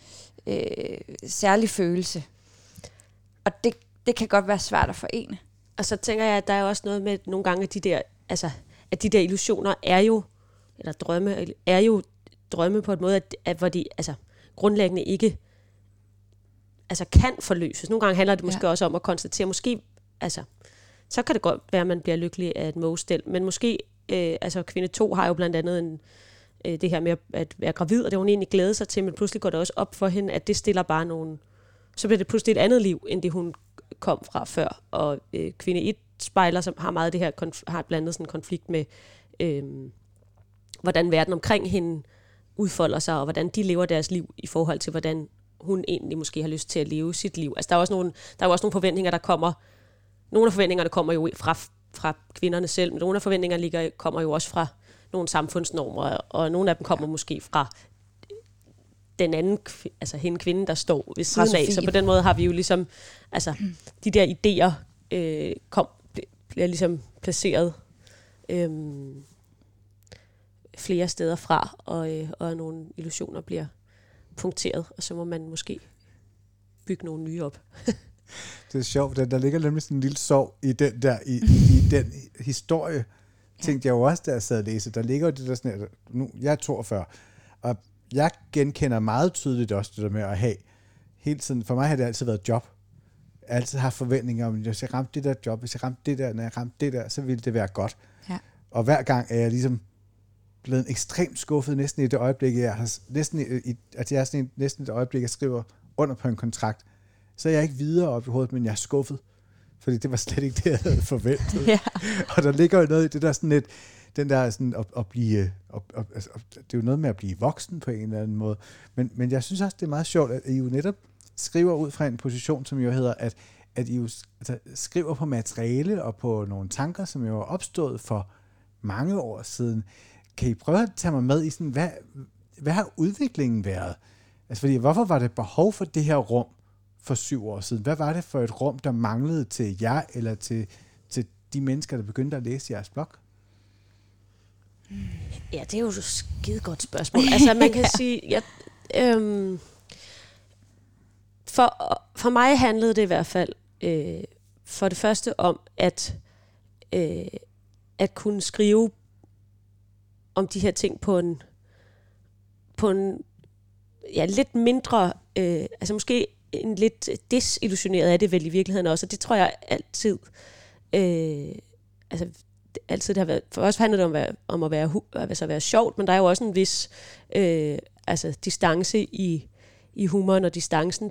særlig følelse. Og det kan godt være svært at forene. Og så tænker jeg, at der er også noget med nogle gange, at de der illusioner er jo, eller drømme, er jo drømme på en måde, hvor de grundlæggende ikke kan forløses. Nogle gange handler det måske også om at konstatere, måske, så kan det godt være, at man bliver lykkelig af et mågestel, men måske, kvinde 2 har jo blandt andet det her med at være gravid, og det hun egentlig glæder sig til, men pludselig går det også op for hende, at det stiller bare nogle, så bliver det pludselig et andet liv, end det hun kom fra før. Og kvinde 1 spejler, som har meget det her, har blandet sådan en konflikt med, hvordan verden omkring hende udfolder sig, og hvordan de lever deres liv i forhold til, hvordan hun egentlig måske har lyst til at leve sit liv. Altså der er også nogle forventninger, der kommer. Nogle af forventningerne kommer jo fra kvinderne selv, men nogle af forventningerne kommer jo også fra nogle samfundsnormer, og nogle af dem kommer måske fra den anden, hende kvinde, der står ved siden af. Så på den måde har vi jo ligesom, de der idéer bliver ligesom placeret flere steder fra, og nogle illusioner bliver punkteret, og så må man måske bygge nogle nye op. Det er sjovt, der ligger nemlig sådan en lille sorg i den der, i den historie, tænkte jeg jo også, da jeg sad og læste. Der ligger jo det der sådan, nu, jeg er 42, og jeg genkender meget tydeligt også det der med at have, hele tiden, for mig har det altid været job. Jeg har altid haft forventninger om, at hvis jeg ramte det der job, hvis jeg ramte det der, når jeg ramte det der, så ville det være godt. Ja. Og hver gang er jeg ligesom blevet ekstremt skuffet, næsten i det øjeblik, jeg har næsten et øjeblik, jeg skriver under på en kontrakt, så er jeg ikke videre op i hovedet, men jeg er skuffet. Fordi det var slet ikke det, jeg havde forventet. Ja. Og der ligger jo noget i det der sådan lidt, den der sådan at blive, det er jo noget med at blive voksen på en eller anden måde. Men jeg synes også, det er meget sjovt, at I jo netop skriver ud fra en position, som jo hedder, at I jo skriver på materiale og på nogle tanker, som jo er opstået for mange år siden. Kan I prøve at tage mig med i sådan, hvad har udviklingen været? Altså fordi, hvorfor var det behov for det her rum for 7 år siden? Hvad var det for et rum, der manglede til jer, eller til de mennesker, der begyndte at læse jeres blog? Ja, det er jo et skide godt spørgsmål. Altså, man kan sige, for mig handlede det i hvert fald for det første om, at kunne skrive om de her ting på en lidt mindre, måske en lidt desillusioneret af det vel i virkeligheden også, og det tror jeg altid, altid det har været, for os handler det om at være sjovt, men der er jo også en vis distance i humoren og distancen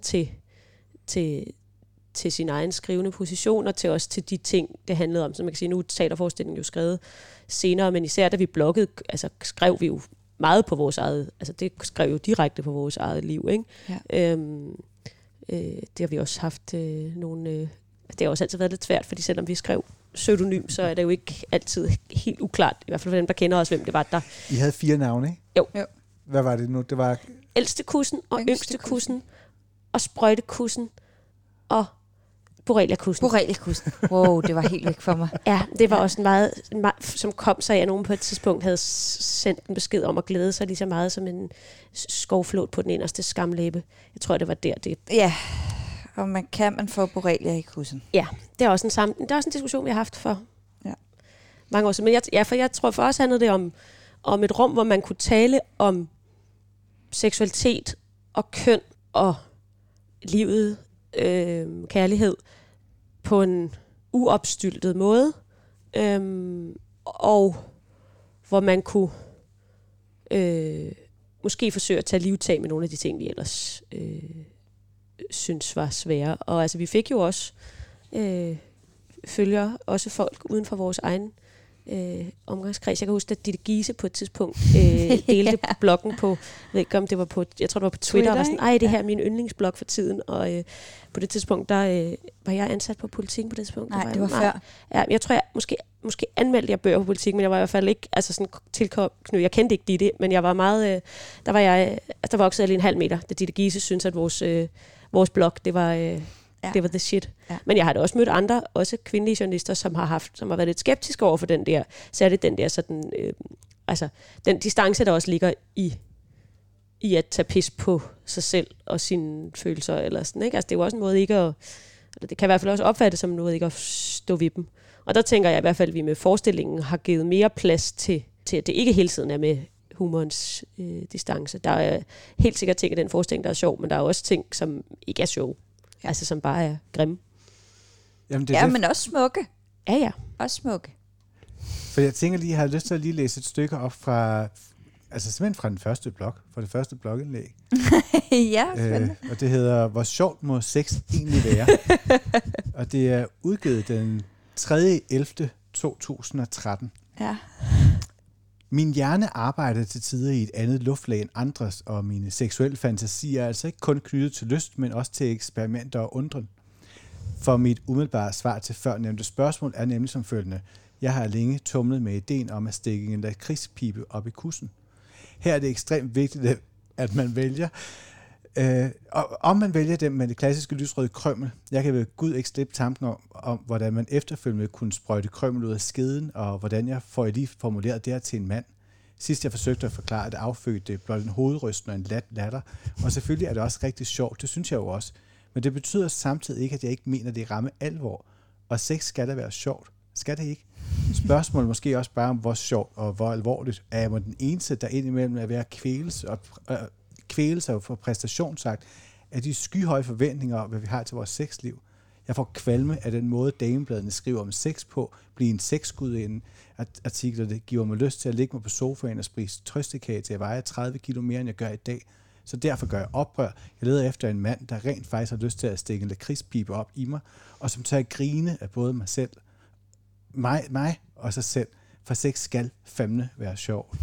til sin egen skrivende position, og til også til de ting, det handlede om. Så man kan sige, nu er teaterforestillingen jo skrevet senere, men især da vi bloggede, skrev vi jo meget på vores eget, det skrev jo direkte på vores eget liv, ikke? Ja. Det har vi også haft nogle... det har også altid været lidt svært, fordi selvom vi skrev pseudonym, så er det jo ikke altid helt uklart, i hvert fald for dem, der kender os, hvem det var, der... I havde 4 navne, ikke? Jo. Hvad var det nu? Det var... Ældste kussen og yngste kussen og sprøjtekussen og Borrelia-kussen. Borrelia-kussen. Wow, det var helt væk for mig. Ja, det var også en meget, som kom sig af, at nogen på et tidspunkt havde sendt en besked om at glæde sig lige så meget som en skovflåt på den inderste skamlæbe. Jeg tror, det var der, det... Ja, og man få Borrelia i kussen. Ja, det er også en diskussion, vi har haft for mange år siden. Men jeg tror for os handlede det om et rum, hvor man kunne tale om seksualitet og køn og livet, kærlighed på en uopstyltet måde, og hvor man kunne måske forsøge at tage livtag med nogle af de ting, vi ellers synes var svære. Og vi fik jo også følgere, også folk uden for vores egen omgangskreds. Jeg kan huske, at Ditte Giese på et tidspunkt delte bloggen på, jeg ved ikke om det var på, jeg tror det var på Twitter, og var sådan, det her er min yndlingsblog for tiden, og på det tidspunkt, der var jeg ansat på Politiken på det tidspunkt. Nej, det var før. Ja, jeg tror, jeg måske anmeldte jeg bøger på Politiken, men jeg var i hvert fald ikke, tilknyttet, jeg kendte ikke Ditte, men jeg var meget, der voksede jeg lige en halv meter, da Ditte Giese synes, at vores blog, det var the shit. Ja. Men jeg har da også mødt andre, også kvindelige journalister, som har været lidt skeptiske over for den der, særligt den der sådan, den distance, der også ligger i at tage pis på sig selv og sine følelser eller sådan, ikke? Det er jo også en måde ikke eller det kan i hvert fald også opfattes som noget, ikke at stå ved dem. Og der tænker jeg i hvert fald, at vi med forestillingen har givet mere plads til at det ikke hele tiden er med humorens distance. Der er helt sikkert ting i den forestilling, der er sjov, men der er også ting, som ikke er sjov. Ja. Altså som bare er grimme. Jamen, men også smukke. Ja. Også smukke. For jeg tænker lige, jeg har lyst til at lige læse et stykke op fra, altså simpelthen fra den første blog, fra det første blogindlæg. Ja, spændende. Og det hedder, hvor sjovt må sex egentlig være? Og det er udgivet den 3.11.2013. Ja. Min hjerne arbejder til tider i et andet luftlag end andres, og mine seksuelle fantasier er altså ikke kun knyttet til lyst, men også til eksperimenter og undren. For mit umiddelbare svar til førnævnte spørgsmål er nemlig som følgende. Jeg har længe tumlet med ideen om at stikke en lakridspibe op i kussen. Her er det ekstremt vigtigt, at man vælger, om man vælger dem med det klassiske lysrøde krømmel. Jeg kan ved Gud ikke slippe tanken om, hvordan man efterfølgende kunne sprøjte krømmel ud af skeden, og hvordan jeg får lige formuleret det her til en mand. Sidst jeg forsøgte at forklare, at det affødte blot en hovedrysten og en latter, og selvfølgelig er det også rigtig sjovt, det synes jeg jo også. Men det betyder samtidig ikke, at jeg ikke mener, at det rammer alvor. Og sex skal da være sjovt. Skal det ikke? Spørgsmålet måske også bare om, hvor sjovt og hvor alvorligt er jeg den eneste, der indimellem er ved at kvæle sig for præstation sagt, af de skyhøje forventninger om, hvad vi har til vores sexliv. Jeg får kvalme af den måde, damebladene skriver om sex på, blive en sexgudinde. Artikler, det giver mig lyst til at ligge mig på sofaen og spise trøstekage til at veje 30 kilo mere, end jeg gør i dag. Så derfor gør jeg oprør. Jeg leder efter en mand, der rent faktisk har lyst til at stikke en lakridspibe op i mig, og som tager at grine af både mig og sig selv, for sex skal fandme være sjovt.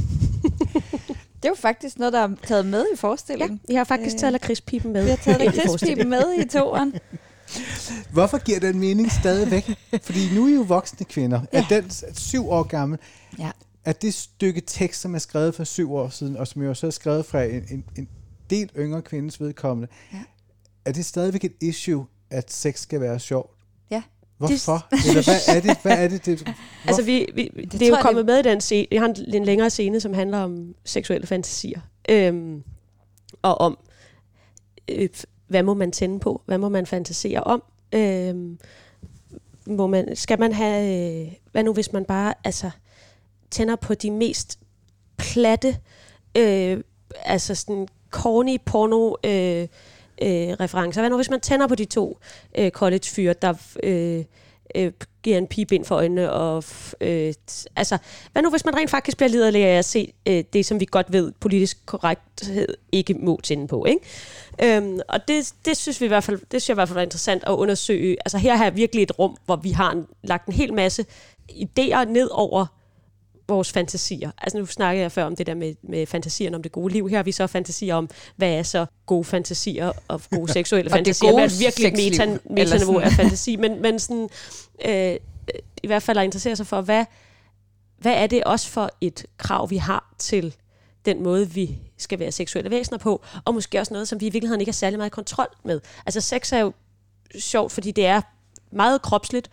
Det er jo faktisk noget, der er taget med i forestillingen. Ja, jeg har faktisk taget lakridspiben med. Vi har taget lakridspiben med i toeren. Hvorfor giver den mening stadigvæk? Fordi nu er I jo voksne kvinder. Ja. Er den 7 år gammel? Ja. At det stykke tekst, som er skrevet for 7 år siden, og som jo så er skrevet fra en del yngre kvindes vedkommende, er det stadigvæk et issue, at sex skal være sjovt? Ja. Hvorfor? Eller hvad er det? Altså, det er jo kommet med i den scene. Jeg har en længere scene, som handler om seksuelle fantasier. Og om, hvad må man tænde på? Hvad må man fantasere om? Skal man have... hvad nu, hvis man bare tænder på de mest platte, altså sådan corny porno referencer. Hvad nu, hvis man tænder på de 2 college-fyre, der giver en pibe ind for øjnene, og hvad nu, hvis man rent faktisk bliver liderlig af at se det, som vi godt ved, politisk korrekthed ikke må tænde på, ikke? Og det synes jeg i hvert fald er interessant at undersøge. Altså her er virkelig et rum, hvor vi har lagt en hel masse idéer ned over vores fantasier. Altså nu snakkede jeg før om det der med fantasierne om det gode liv. Her har vi så fantasier om, hvad er så gode fantasier og gode seksuelle fantasier. Det er virkelig metaniveau af fantasi. Men sådan, i hvert fald at interessere sig for, hvad er det også for et krav, vi har til den måde, vi skal være seksuelle væsener på, og måske også noget, som vi i virkeligheden ikke har særlig meget kontrol med. Altså sex er jo sjovt, fordi det er meget kropsligt,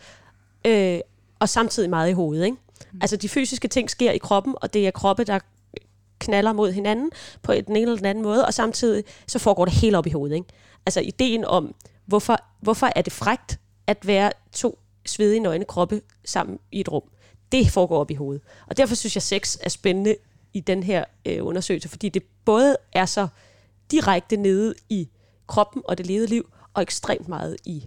og samtidig meget i hovedet, ikke? Altså de fysiske ting sker i kroppen, og det er kroppe, der knaller mod hinanden på den ene eller den anden måde, og samtidig så foregår det helt op i hovedet, ikke? Altså ideen om, hvorfor er det frækt at være 2 svedige nøgne kroppe sammen i et rum, det foregår op i hovedet. Og derfor synes jeg, sex er spændende i den her undersøgelse, fordi det både er så direkte nede i kroppen og det levede liv, og ekstremt meget i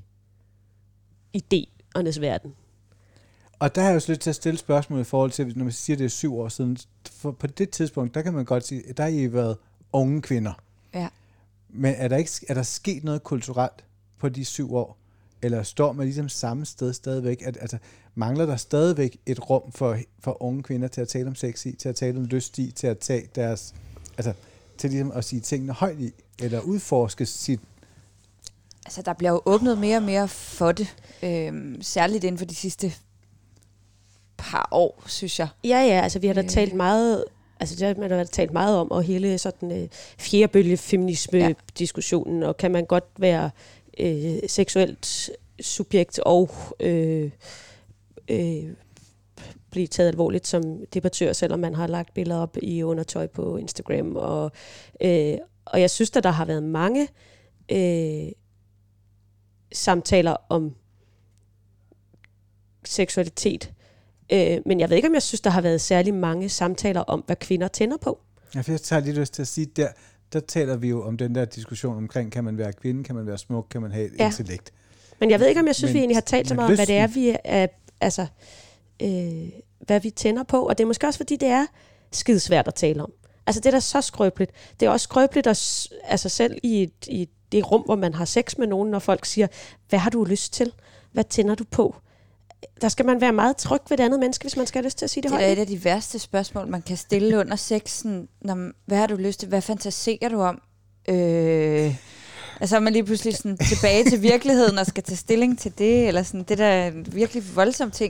idéernes verden. Og der har jeg jo lyst til at stille spørgsmål i forhold til, når man siger, det er 7 år siden. For på det tidspunkt, der kan man godt sige, der har I været unge kvinder. Ja. Men er der sket noget kulturelt på de 7 år? Eller står man ligesom samme sted stadigvæk? Altså, mangler der stadigvæk et rum for unge kvinder til at tale om sex i, til at tale om lyst i, til at tage deres... Altså, til ligesom at sige tingene højt i, eller udforske sit... Altså, der bliver jo åbnet mere og mere for det. Særligt inden for de sidste par år, synes jeg. Ja, altså vi har da talt meget, altså det har været talt meget om, og hele sådan fjerde bølge feminisme-diskussionen, og kan man godt være seksuelt subjekt og blive taget alvorligt som debattør, selvom man har lagt billeder op i undertøj på Instagram, og jeg synes, der har været mange samtaler om seksualitet. Men jeg ved ikke, om jeg synes, der har været særlig mange samtaler om, hvad kvinder tænder på. Ja, for jeg tager lige lyst til at sige, der taler vi jo om den der diskussion omkring, kan man være kvinde, kan man være smuk, kan man have et intellekt. Men jeg ved ikke, om jeg synes, vi egentlig har talt så meget om, hvad det er, vi er, altså, hvad vi tænder på. Og det er måske også, fordi det er skidesvært at tale om. Altså, det er da så skrøbeligt. Det er også skrøbeligt at, altså, selv i det rum, hvor man har sex med nogen, når folk siger, hvad har du lyst til? Hvad tænder du på? Der skal man være meget tryg ved det andet menneske, hvis man skal have lyst til at sige det højt. Det er et af de værste spørgsmål, man kan stille under sexen. Hvad har du lyst til? Hvad fantaserer du om? Altså er man lige pludselig sådan tilbage til virkeligheden og skal tage stilling til det, eller sådan. Det der er en virkelig voldsom ting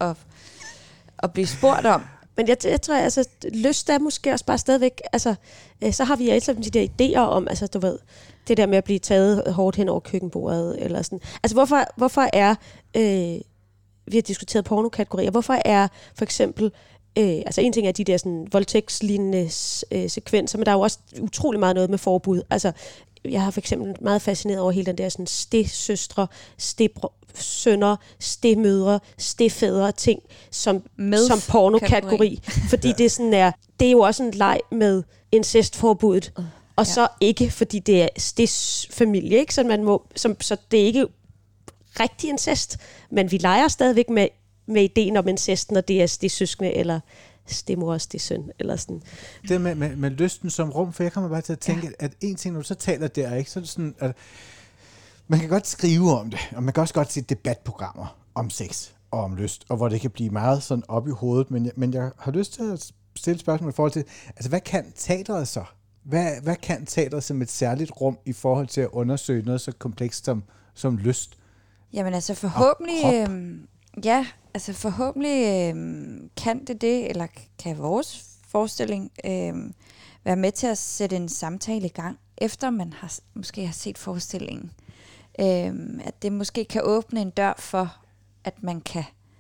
at blive spurgt om. Men jeg tror, altså, lyst er måske også bare stadigvæk, altså, så har vi alle sammen de der idéer om, altså, du ved, det der med at blive taget hårdt hen over køkkenbordet, eller sådan. Altså, hvorfor er, vi har diskuteret pornokategorier, hvorfor er for eksempel, altså en ting er de der sådan voldtægtslignende sekvenser, men der er jo også utrolig meget noget med forbud. Altså, jeg har for eksempel meget fascineret over hele den der sådan stedsøstre, stedsønner, stedmødre, stedfædre ting som pornokategori. Fordi det sådan det er jo også en leg med incestforbuddet. Og så ikke, fordi det er stedsfamilie, ikke? Så det er ikke rigtig incest, men vi leger stadigvæk med ideen om incest, når det er stedsøskende eller stemor og stedsøn, eller sådan. Det med lysten som rum, for jeg kommer bare til at tænke, at en ting, når du så taler der, ikke, så er det sådan, at man kan godt skrive om det, og man kan også godt se debatprogrammer om sex og om lyst, og hvor det kan blive meget sådan op i hovedet, men jeg har lyst til at stille spørgsmål i forhold til, altså hvad kan teateret så? Hvad kan teateret som et særligt rum i forhold til at undersøge noget så komplekst som lyst? Jamen altså forhåbentlig, forhåbentlig kan det, eller kan vores forestilling være med til at sætte en samtale i gang, efter man måske har set forestillingen. At det måske kan åbne en dør for, at man kan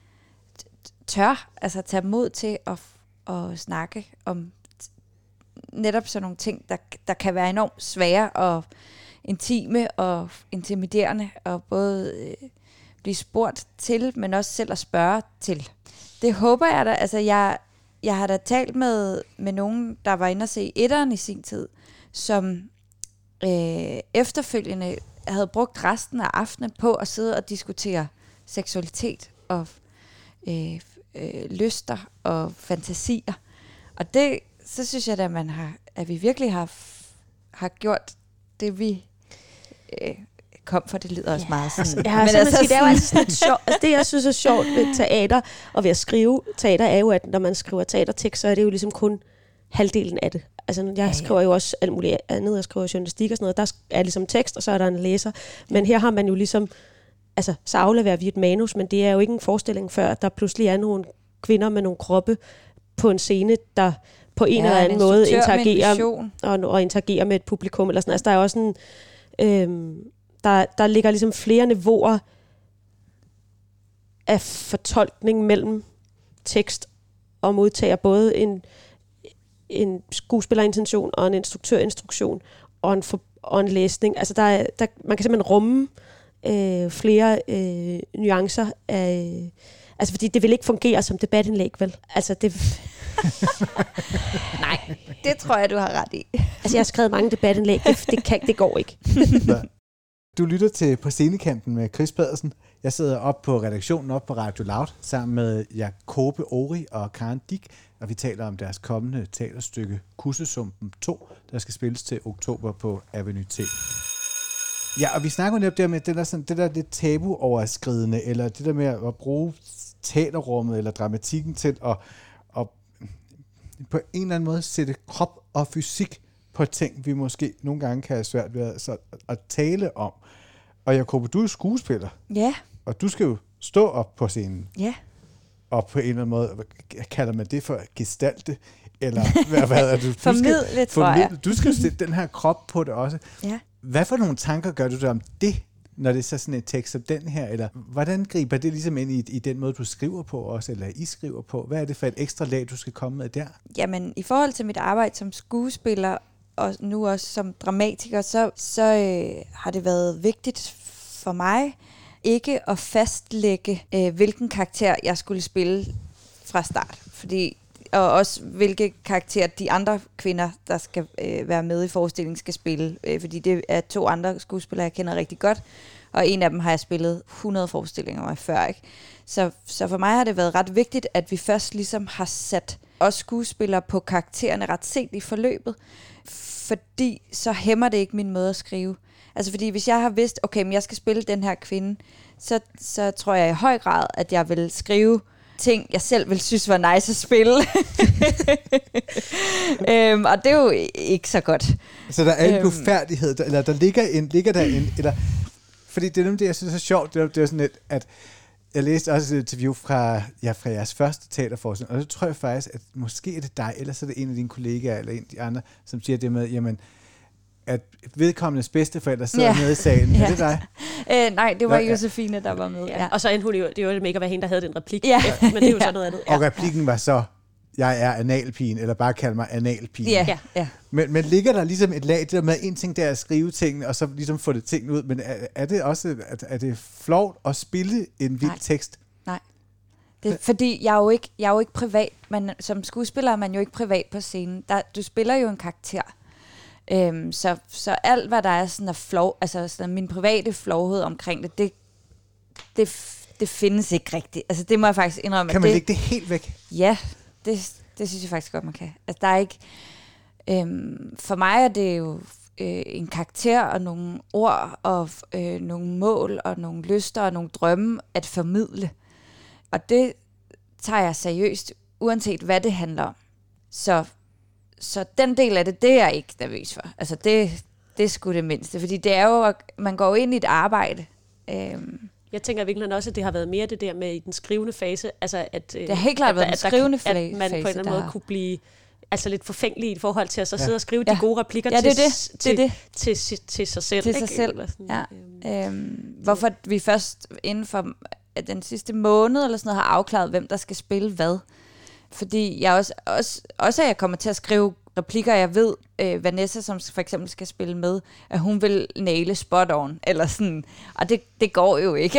tage mod til at snakke om netop sådan nogle ting, der kan være enormt svære og intime og intimiderende, og både blive spurgt til, men også selv at spørge til. Det håber jeg da. Altså jeg har da talt med nogen, der var inde og se etteren i sin tid, som efterfølgende havde brugt resten af aftenen på at sidde og diskutere seksualitet og lyster og fantasier. Og det, så synes jeg da, at vi virkelig har gjort det, vi kom for. Det lyder også meget sådan. Ja, men altså, det er jo altid sådan sjovt. Altså, det, jeg synes er sjovt ved teater, og ved at skrive teater, er jo, at når man skriver teatertekst, så er det jo ligesom kun halvdelen af det. Altså, jeg skriver jo også alt muligt andet. Jeg skriver journalistik og sådan noget. Der er ligesom tekst, og så er der en læser. Men her har man jo ligesom, altså, så afleverer vi et manus, men det er jo ikke en forestilling, før der pludselig er nogle kvinder med nogle kroppe på en scene, der på en eller anden måde interagerer med et publikum. Eller sådan. Altså, der er også en... Der ligger ligesom flere niveauer af fortolkning mellem tekst og modtager, både en skuespillerintention og en instruktørinstruktion og en læsning. Altså man kan simpelthen rumme flere nuancer af... Altså fordi det vil ikke fungere som debatindlæg, vel? Altså det... Nej, det tror jeg, du har ret i. Altså jeg har skrevet mange debatindlæg, det går ikke. Du lytter til På Scenekanten med Chris Pedersen. Jeg sidder op på redaktionen op på Radio Loud sammen med Jacobe Ori og Karen Dick, og vi taler om deres kommende teaterstykke Kussesumpen 2, der skal spilles til oktober på Avenue T. Ja, og vi snakker jo netop der med det der lidt tabu-overskridende, eller det der med at bruge teaterrummet eller dramatikken til at på en eller anden måde sætte krop og fysik på ting, vi måske nogle gange kan have svært ved at tale om. Og Jacobe, du er skuespiller. Ja. Og du skal jo stå op på scenen. Ja. Og på en eller anden måde, kalder man det for gestalte? Eller hvad er du? Formidle, tror jeg. Du skal sætte den her krop på det også. Ja. Hvad for nogle tanker gør du der om det, når det er så sådan en tekst som den her? Eller hvordan griber det ligesom ind i den måde, du skriver på også, eller I skriver på? Hvad er det for et ekstra lag, du skal komme med der? Jamen, i forhold til mit arbejde som skuespiller, og nu også som dramatiker, så har det været vigtigt for mig ikke at fastlægge, hvilken karakter jeg skulle spille fra start. Og også hvilke karakterer de andre kvinder, der skal være med i forestillingen, skal spille. Fordi det er 2 andre skuespillere, jeg kender rigtig godt. Og en af dem har jeg spillet 100 forestillinger med før. Ikke? Så for mig har det været ret vigtigt, at vi først ligesom har sat os skuespillere på karaktererne ret sent i forløbet. Fordi så hæmmer det ikke min måde at skrive. Altså fordi hvis jeg har vidst, okay, men jeg skal spille den her kvinde, så tror jeg i høj grad, at jeg vil skrive ting, jeg selv vil synes var nice at spille. Og det er jo ikke så godt. Så der er en blufærdighed, eller der ligger der en, eller, fordi det er nemlig det, jeg synes er sjovt, det er sådan lidt, at jeg læste også et interview fra jeres første teaterforestilling, og så tror jeg faktisk, at måske er det dig, eller så er det en af dine kollegaer, eller en af de andre, som siger det med, jamen, at vedkommendes bedsteforældre sidder nede i salen. Ja. Er det dig? Nej, det var Josefine, der var med. Ja. Og så endte hun jo, det var mega, hvad hende, der havde den replik. Ja. Men det er jo sådan noget andet. Og replikken var så, jeg er analpigen, eller bare kald mig analpigen. Ja. Men ligger der ligesom et lag, det der med en ting, der er at skrive tingene, og så ligesom få det tingene ud, men er det også, er det flovt at spille en vild tekst? Nej. Det er, fordi jeg er jo ikke privat, men som skuespiller er man jo ikke privat på scenen. Du spiller jo en karakter. Så alt, hvad der er sådan af flov, altså sådan min private flovhed omkring det findes ikke rigtigt. Altså det må jeg faktisk indrømme. Kan man lægge det helt væk? Ja, det synes jeg faktisk godt, man kan. Altså der er ikke... for mig er det jo en karakter og nogle ord og nogle mål og nogle lyster og nogle drømme at formidle. Og det tager jeg seriøst, uanset hvad det handler om. Så den del af det er jeg ikke nervøs for. Altså det er sgu det mindste. Fordi det er jo, man går ind i et arbejde. Jeg tænker virkelig også, at det har været mere det der med i den skrivende fase. Altså at, det har helt klart været den skrivende fase. At man på en eller anden måde kunne blive altså lidt forfængelig i forhold til at så sidde og skrive de gode replikker til sig selv. Til sig selv, ja. Hvorfor vi først inden for den sidste måned eller sådan noget har afklaret, hvem der skal spille hvad. Fordi jeg også er jeg kommer til at skrive replikker, jeg ved, Vanessa, som for eksempel skal spille med, at hun vil næle spot on, eller sådan, og det går jo ikke.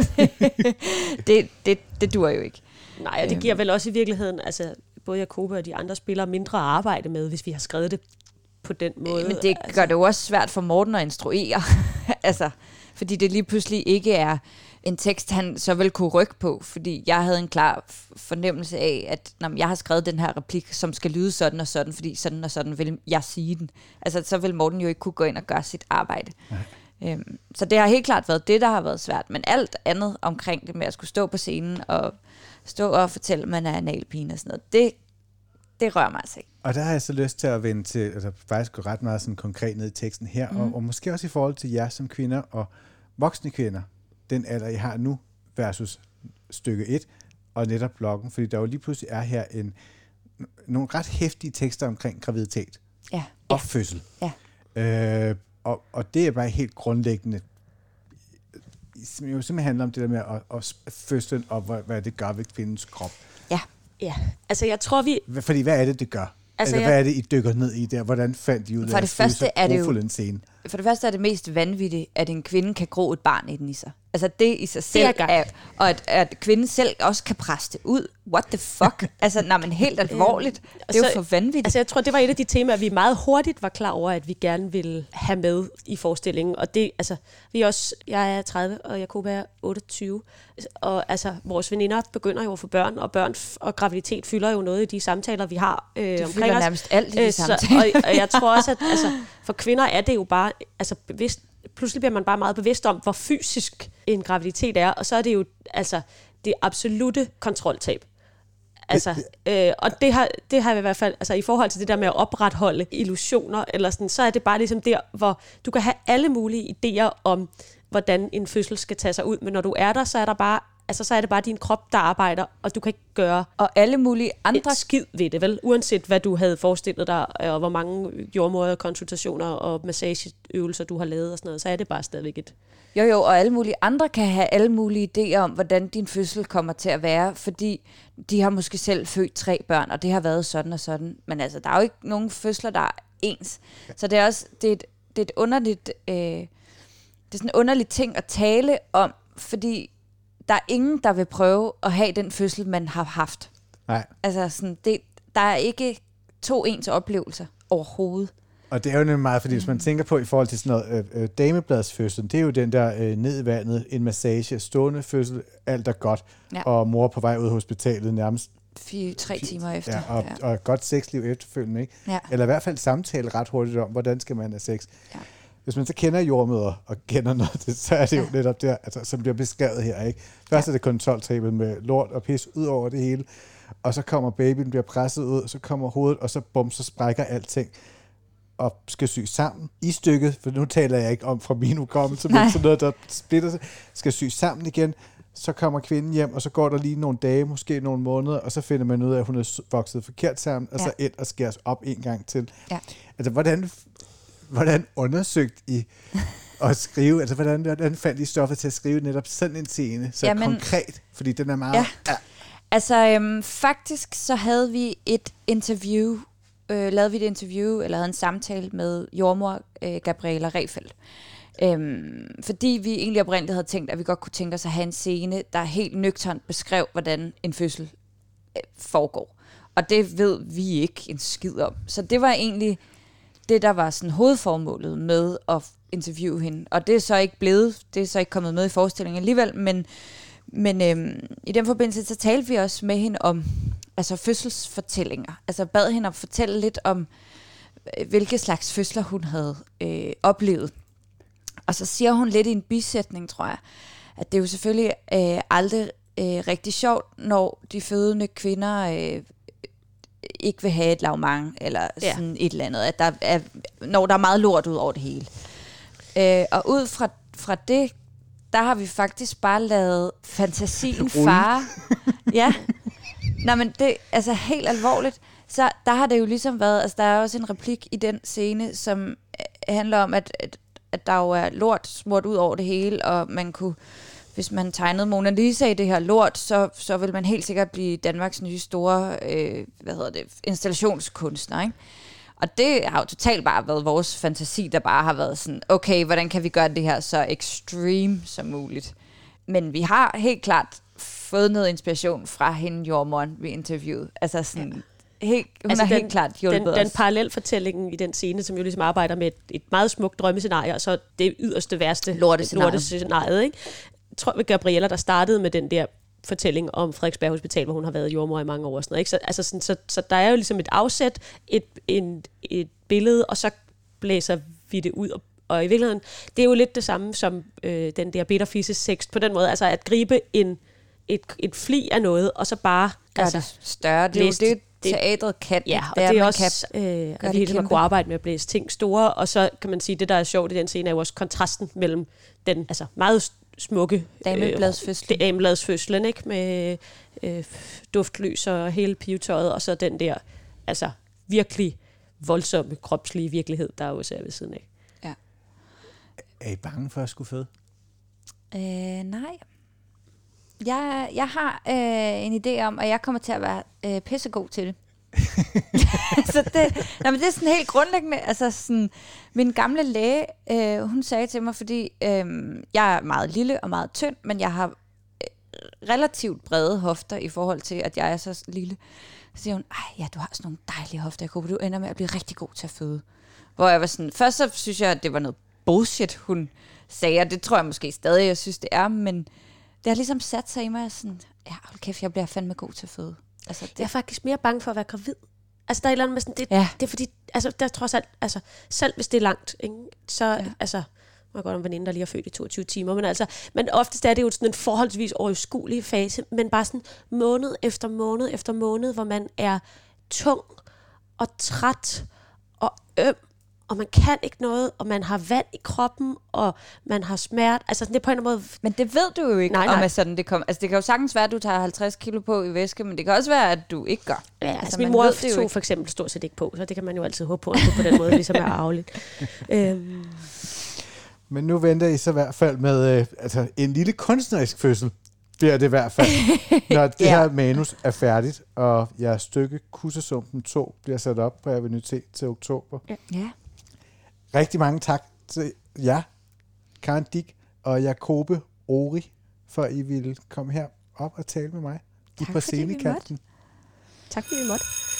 det dur jo ikke. Nej, og det giver vel også i virkeligheden, altså både Jacoba og de andre spillere mindre arbejde med, hvis vi har skrevet det på den måde. Men det gør det jo også svært for Morten at instruere, altså, fordi det lige pludselig ikke er en tekst, han så vil kunne rykke på, fordi jeg havde en klar fornemmelse af, at jeg har skrevet den her replik, som skal lyde sådan og sådan, fordi sådan og sådan vil jeg sige den. Altså, så vil Morten jo ikke kunne gå ind og gøre sit arbejde. Så det har helt klart været det, der har været svært, men alt andet omkring det med at skulle stå på scenen og stå og fortælle, at man er analpigen og sådan noget, det rører mig altså ikke. Og der har jeg så lyst til at vende til, altså faktisk gå ret meget sådan konkret ned i teksten her, og måske også i forhold til jer som kvinder og voksne kvinder, den alder, I har nu, versus stykke 1, og netop bloggen, fordi der jo lige pludselig er her nogle ret heftige tekster omkring graviditet og fødsel. Ja. Og det er bare helt grundlæggende, som jo simpelthen handler om det der med at fødslen, og hvad det gør ved kvindens krop. Ja, altså jeg tror Fordi hvad er det gør? Altså, hvad er det, I dykker ned i der? Hvordan fandt I ud af, at det er det jo en scene? For det første er det mest vanvittige, at en kvinde kan gro et barn i den i sig. Altså det i sig selv er, og at kvinden selv også kan presse det ud. What the fuck? Altså, men helt alvorligt. Det er jo for vanvittigt. Altså jeg tror, det var et af de temaer, vi meget hurtigt var klar over, at vi gerne ville have med i forestillingen. Og det, altså, jeg er 30, og Jacoba er 28. Og altså, vores veninder begynder jo at få børn, og graviditet fylder jo noget i de samtaler, vi har det omkring os. Nærmest alt i de samtaler. Og jeg tror også, at altså, for kvinder er det jo bare altså bevidst. Pludselig bliver man bare meget bevidst om, hvor fysisk en graviditet er, og så er det jo altså det absolutte kontroltab. Altså, og det har jeg i hvert fald, altså i forhold til det der med at opretholde illusioner, eller sådan, så er det bare ligesom der, hvor du kan have alle mulige idéer om, hvordan en fødsel skal tage sig ud, men når du er der, så er det bare din krop, der arbejder, og du kan ikke gøre og alle mulige andre et skid ved det, vel? Uanset hvad du havde forestillet dig, og hvor mange jordmoderkonsultationer og massageøvelser du har lavet og sådan noget, så er det bare stadigvæk et... Jo, og alle mulige andre kan have alle mulige idéer om, hvordan din fødsel kommer til at være, fordi de har måske selv født 3 børn, og det har været sådan og sådan. Men altså, der er jo ikke nogen fødsler, der er ens. Så det er også, det er et underligt... det det er sådan en underlig ting at tale om, fordi der er ingen, der vil prøve at have den fødsel, man har haft. Nej. Altså sådan, der er ikke 2 ens oplevelser overhovedet. Og det er jo nemlig meget, fordi hvis man tænker på i forhold til sådan noget damebladsfødsel, det er jo den der ned i vandet, en massage, stående fødsel, alt er godt, og mor på vej ud af hospitalet nærmest 3 timer efter. Ja, og godt sexliv efterfølgende, ikke? Ja. Eller i hvert fald samtale ret hurtigt om, hvordan skal man have sex. Ja. Hvis man så kender jordmødre og kender noget af det, så er det jo netop der, altså, som bliver beskrevet her, ikke? Først er det kontroltabet med lort og pis ud over det hele, og så kommer babyen, bliver presset ud, så kommer hovedet, og så bum, så sprækker alting og skal sy sammen i stykket, for nu taler jeg ikke om fra min hukommelse, men sådan noget, der splitter sig, skal sy sammen igen. Så kommer kvinden hjem, og så går der lige nogle dage, måske nogle måneder, og så finder man ud af, at hun er vokset forkert sammen, og så ind og skæres op en gang til. Ja. Altså, hvordan undersøgt I at skrive, altså hvordan fandt I stoffet til at skrive netop sådan en scene, så konkret, fordi den er meget... Ja. Altså, faktisk så havde vi et interview, eller havde en samtale med jordmor Gabriela Rehfeldt. Fordi vi egentlig oprindeligt havde tænkt, at vi godt kunne tænke os at have en scene, der helt nøgternt beskrev, hvordan en fødsel foregår. Og det ved vi ikke en skid om. Så det var egentlig det, der var sådan hovedformålet med at interviewe hende. Og det er så ikke kommet med i forestillingen alligevel, men i den forbindelse, så talte vi også med hende om altså fødselsfortællinger. Altså bad hende at fortælle lidt om, hvilke slags fødsler hun havde oplevet. Og så siger hun lidt i en bisætning, tror jeg, at det er jo selvfølgelig aldrig rigtig sjovt, når de fødende kvinder ikke vil have et lavmang, eller sådan et eller andet. At når der er meget lort ud over det hele. Og ud fra det, der har vi faktisk bare lavet fantasien fare. Ja. Nå, men det altså helt alvorligt. Så der har det jo ligesom været, altså der er også en replik i den scene, som handler om, at der jo er lort smurt ud over det hele, og man kunne, hvis man tegnede Mona Lisa i det her lort, så vil man helt sikkert blive Danmarks nye store, installationskunstner, ikke? Og det har jo totalt bare været vores fantasi, der bare har været sådan, okay, hvordan kan vi gøre det her så extreme som muligt? Men vi har helt klart fået noget inspiration fra hende jordmoren, vi interviewede. Altså sådan... Hun har helt klart hjulpet os. Den parallelfortællingen i den scene, som jo ligesom arbejder med et meget smukt drømmescenarie, og så det yderste værste lortescenarie. Ikke? Jeg tror, det var Gabriella, der startede med den der fortælling om Frederiksberg Hospital, hvor hun har været jordmor i mange år. Og sådan noget, ikke? Så der er jo ligesom et afsæt, et billede, og så blæser vi det ud. Og i virkeligheden, det er jo lidt det samme som den der Bitter Fisses tekst på den måde, altså at gribe et fli af noget, og så bare... Gør det større. Det er jo det, teatret kan. Ja, og det er også, at vi kunne arbejde med at blæse ting store, og så kan man sige, det der er sjovt i den scene, er jo også kontrasten mellem den altså meget smukke damebladsfødslen, ikke? Med duftlys og hele pivetøjet, og så den der altså virkelig voldsomme kropslige virkelighed, der også er ved siden af. Ja. Er I bange for at skulle føde? Nej. Jeg har en idé om, at jeg kommer til at være pissegod til det. Så men det er sådan helt grundlæggende. Altså sådan, min gamle læge, hun sagde til mig, fordi jeg er meget lille og meget tynd, men jeg har relativt brede hofter i forhold til, at jeg er så lille. Så siger hun, du har sådan nogle dejlige hofter, Jacob, du ender med at blive rigtig god til at føde. Hvor jeg var sådan, først så synes jeg, at det var noget bullshit, hun sagde, og det tror jeg måske stadig, jeg synes, det er, men det har ligesom sat sig i mig, sådan, hold kæft, jeg bliver fandme god til at føde. Altså, jeg er faktisk mere bange for at være gravid. Altså, der er et eller andet med sådan, det er fordi, altså, der trods alt, altså, selv hvis det er langt, ikke, så, altså, jeg godt om en veninde, der lige har født i 22 timer, men oftest er det jo sådan en forholdsvis overskuelig fase, men bare sådan måned efter måned efter måned, hvor man er tung og træt og øm, og man kan ikke noget, og man har vand i kroppen, og man har smerte. Altså, det er på en eller anden måde... Men det ved du jo ikke, om sådan det kommer. Altså, det kan jo sagtens være, at du tager 50 kilo på i væske, men det kan også være, at du ikke gør. Ja, altså min mor tog for eksempel stort set ikke på, så det kan man jo altid håbe på, at det på den måde ligesom er arveligt. Men nu venter I så i hvert fald med en lille kunstnerisk fødsel, bliver det i hvert fald, når det her manus er færdigt, og jeres stykke Kussesumpen 2 bliver sat op på Avenue T til oktober. Ja. Rigtig mange tak til jer, Karen Dick og Jacobe Ori, for I ville komme her op og tale med mig. Tak på fordi vi måtte. Tak fordi vi måtte.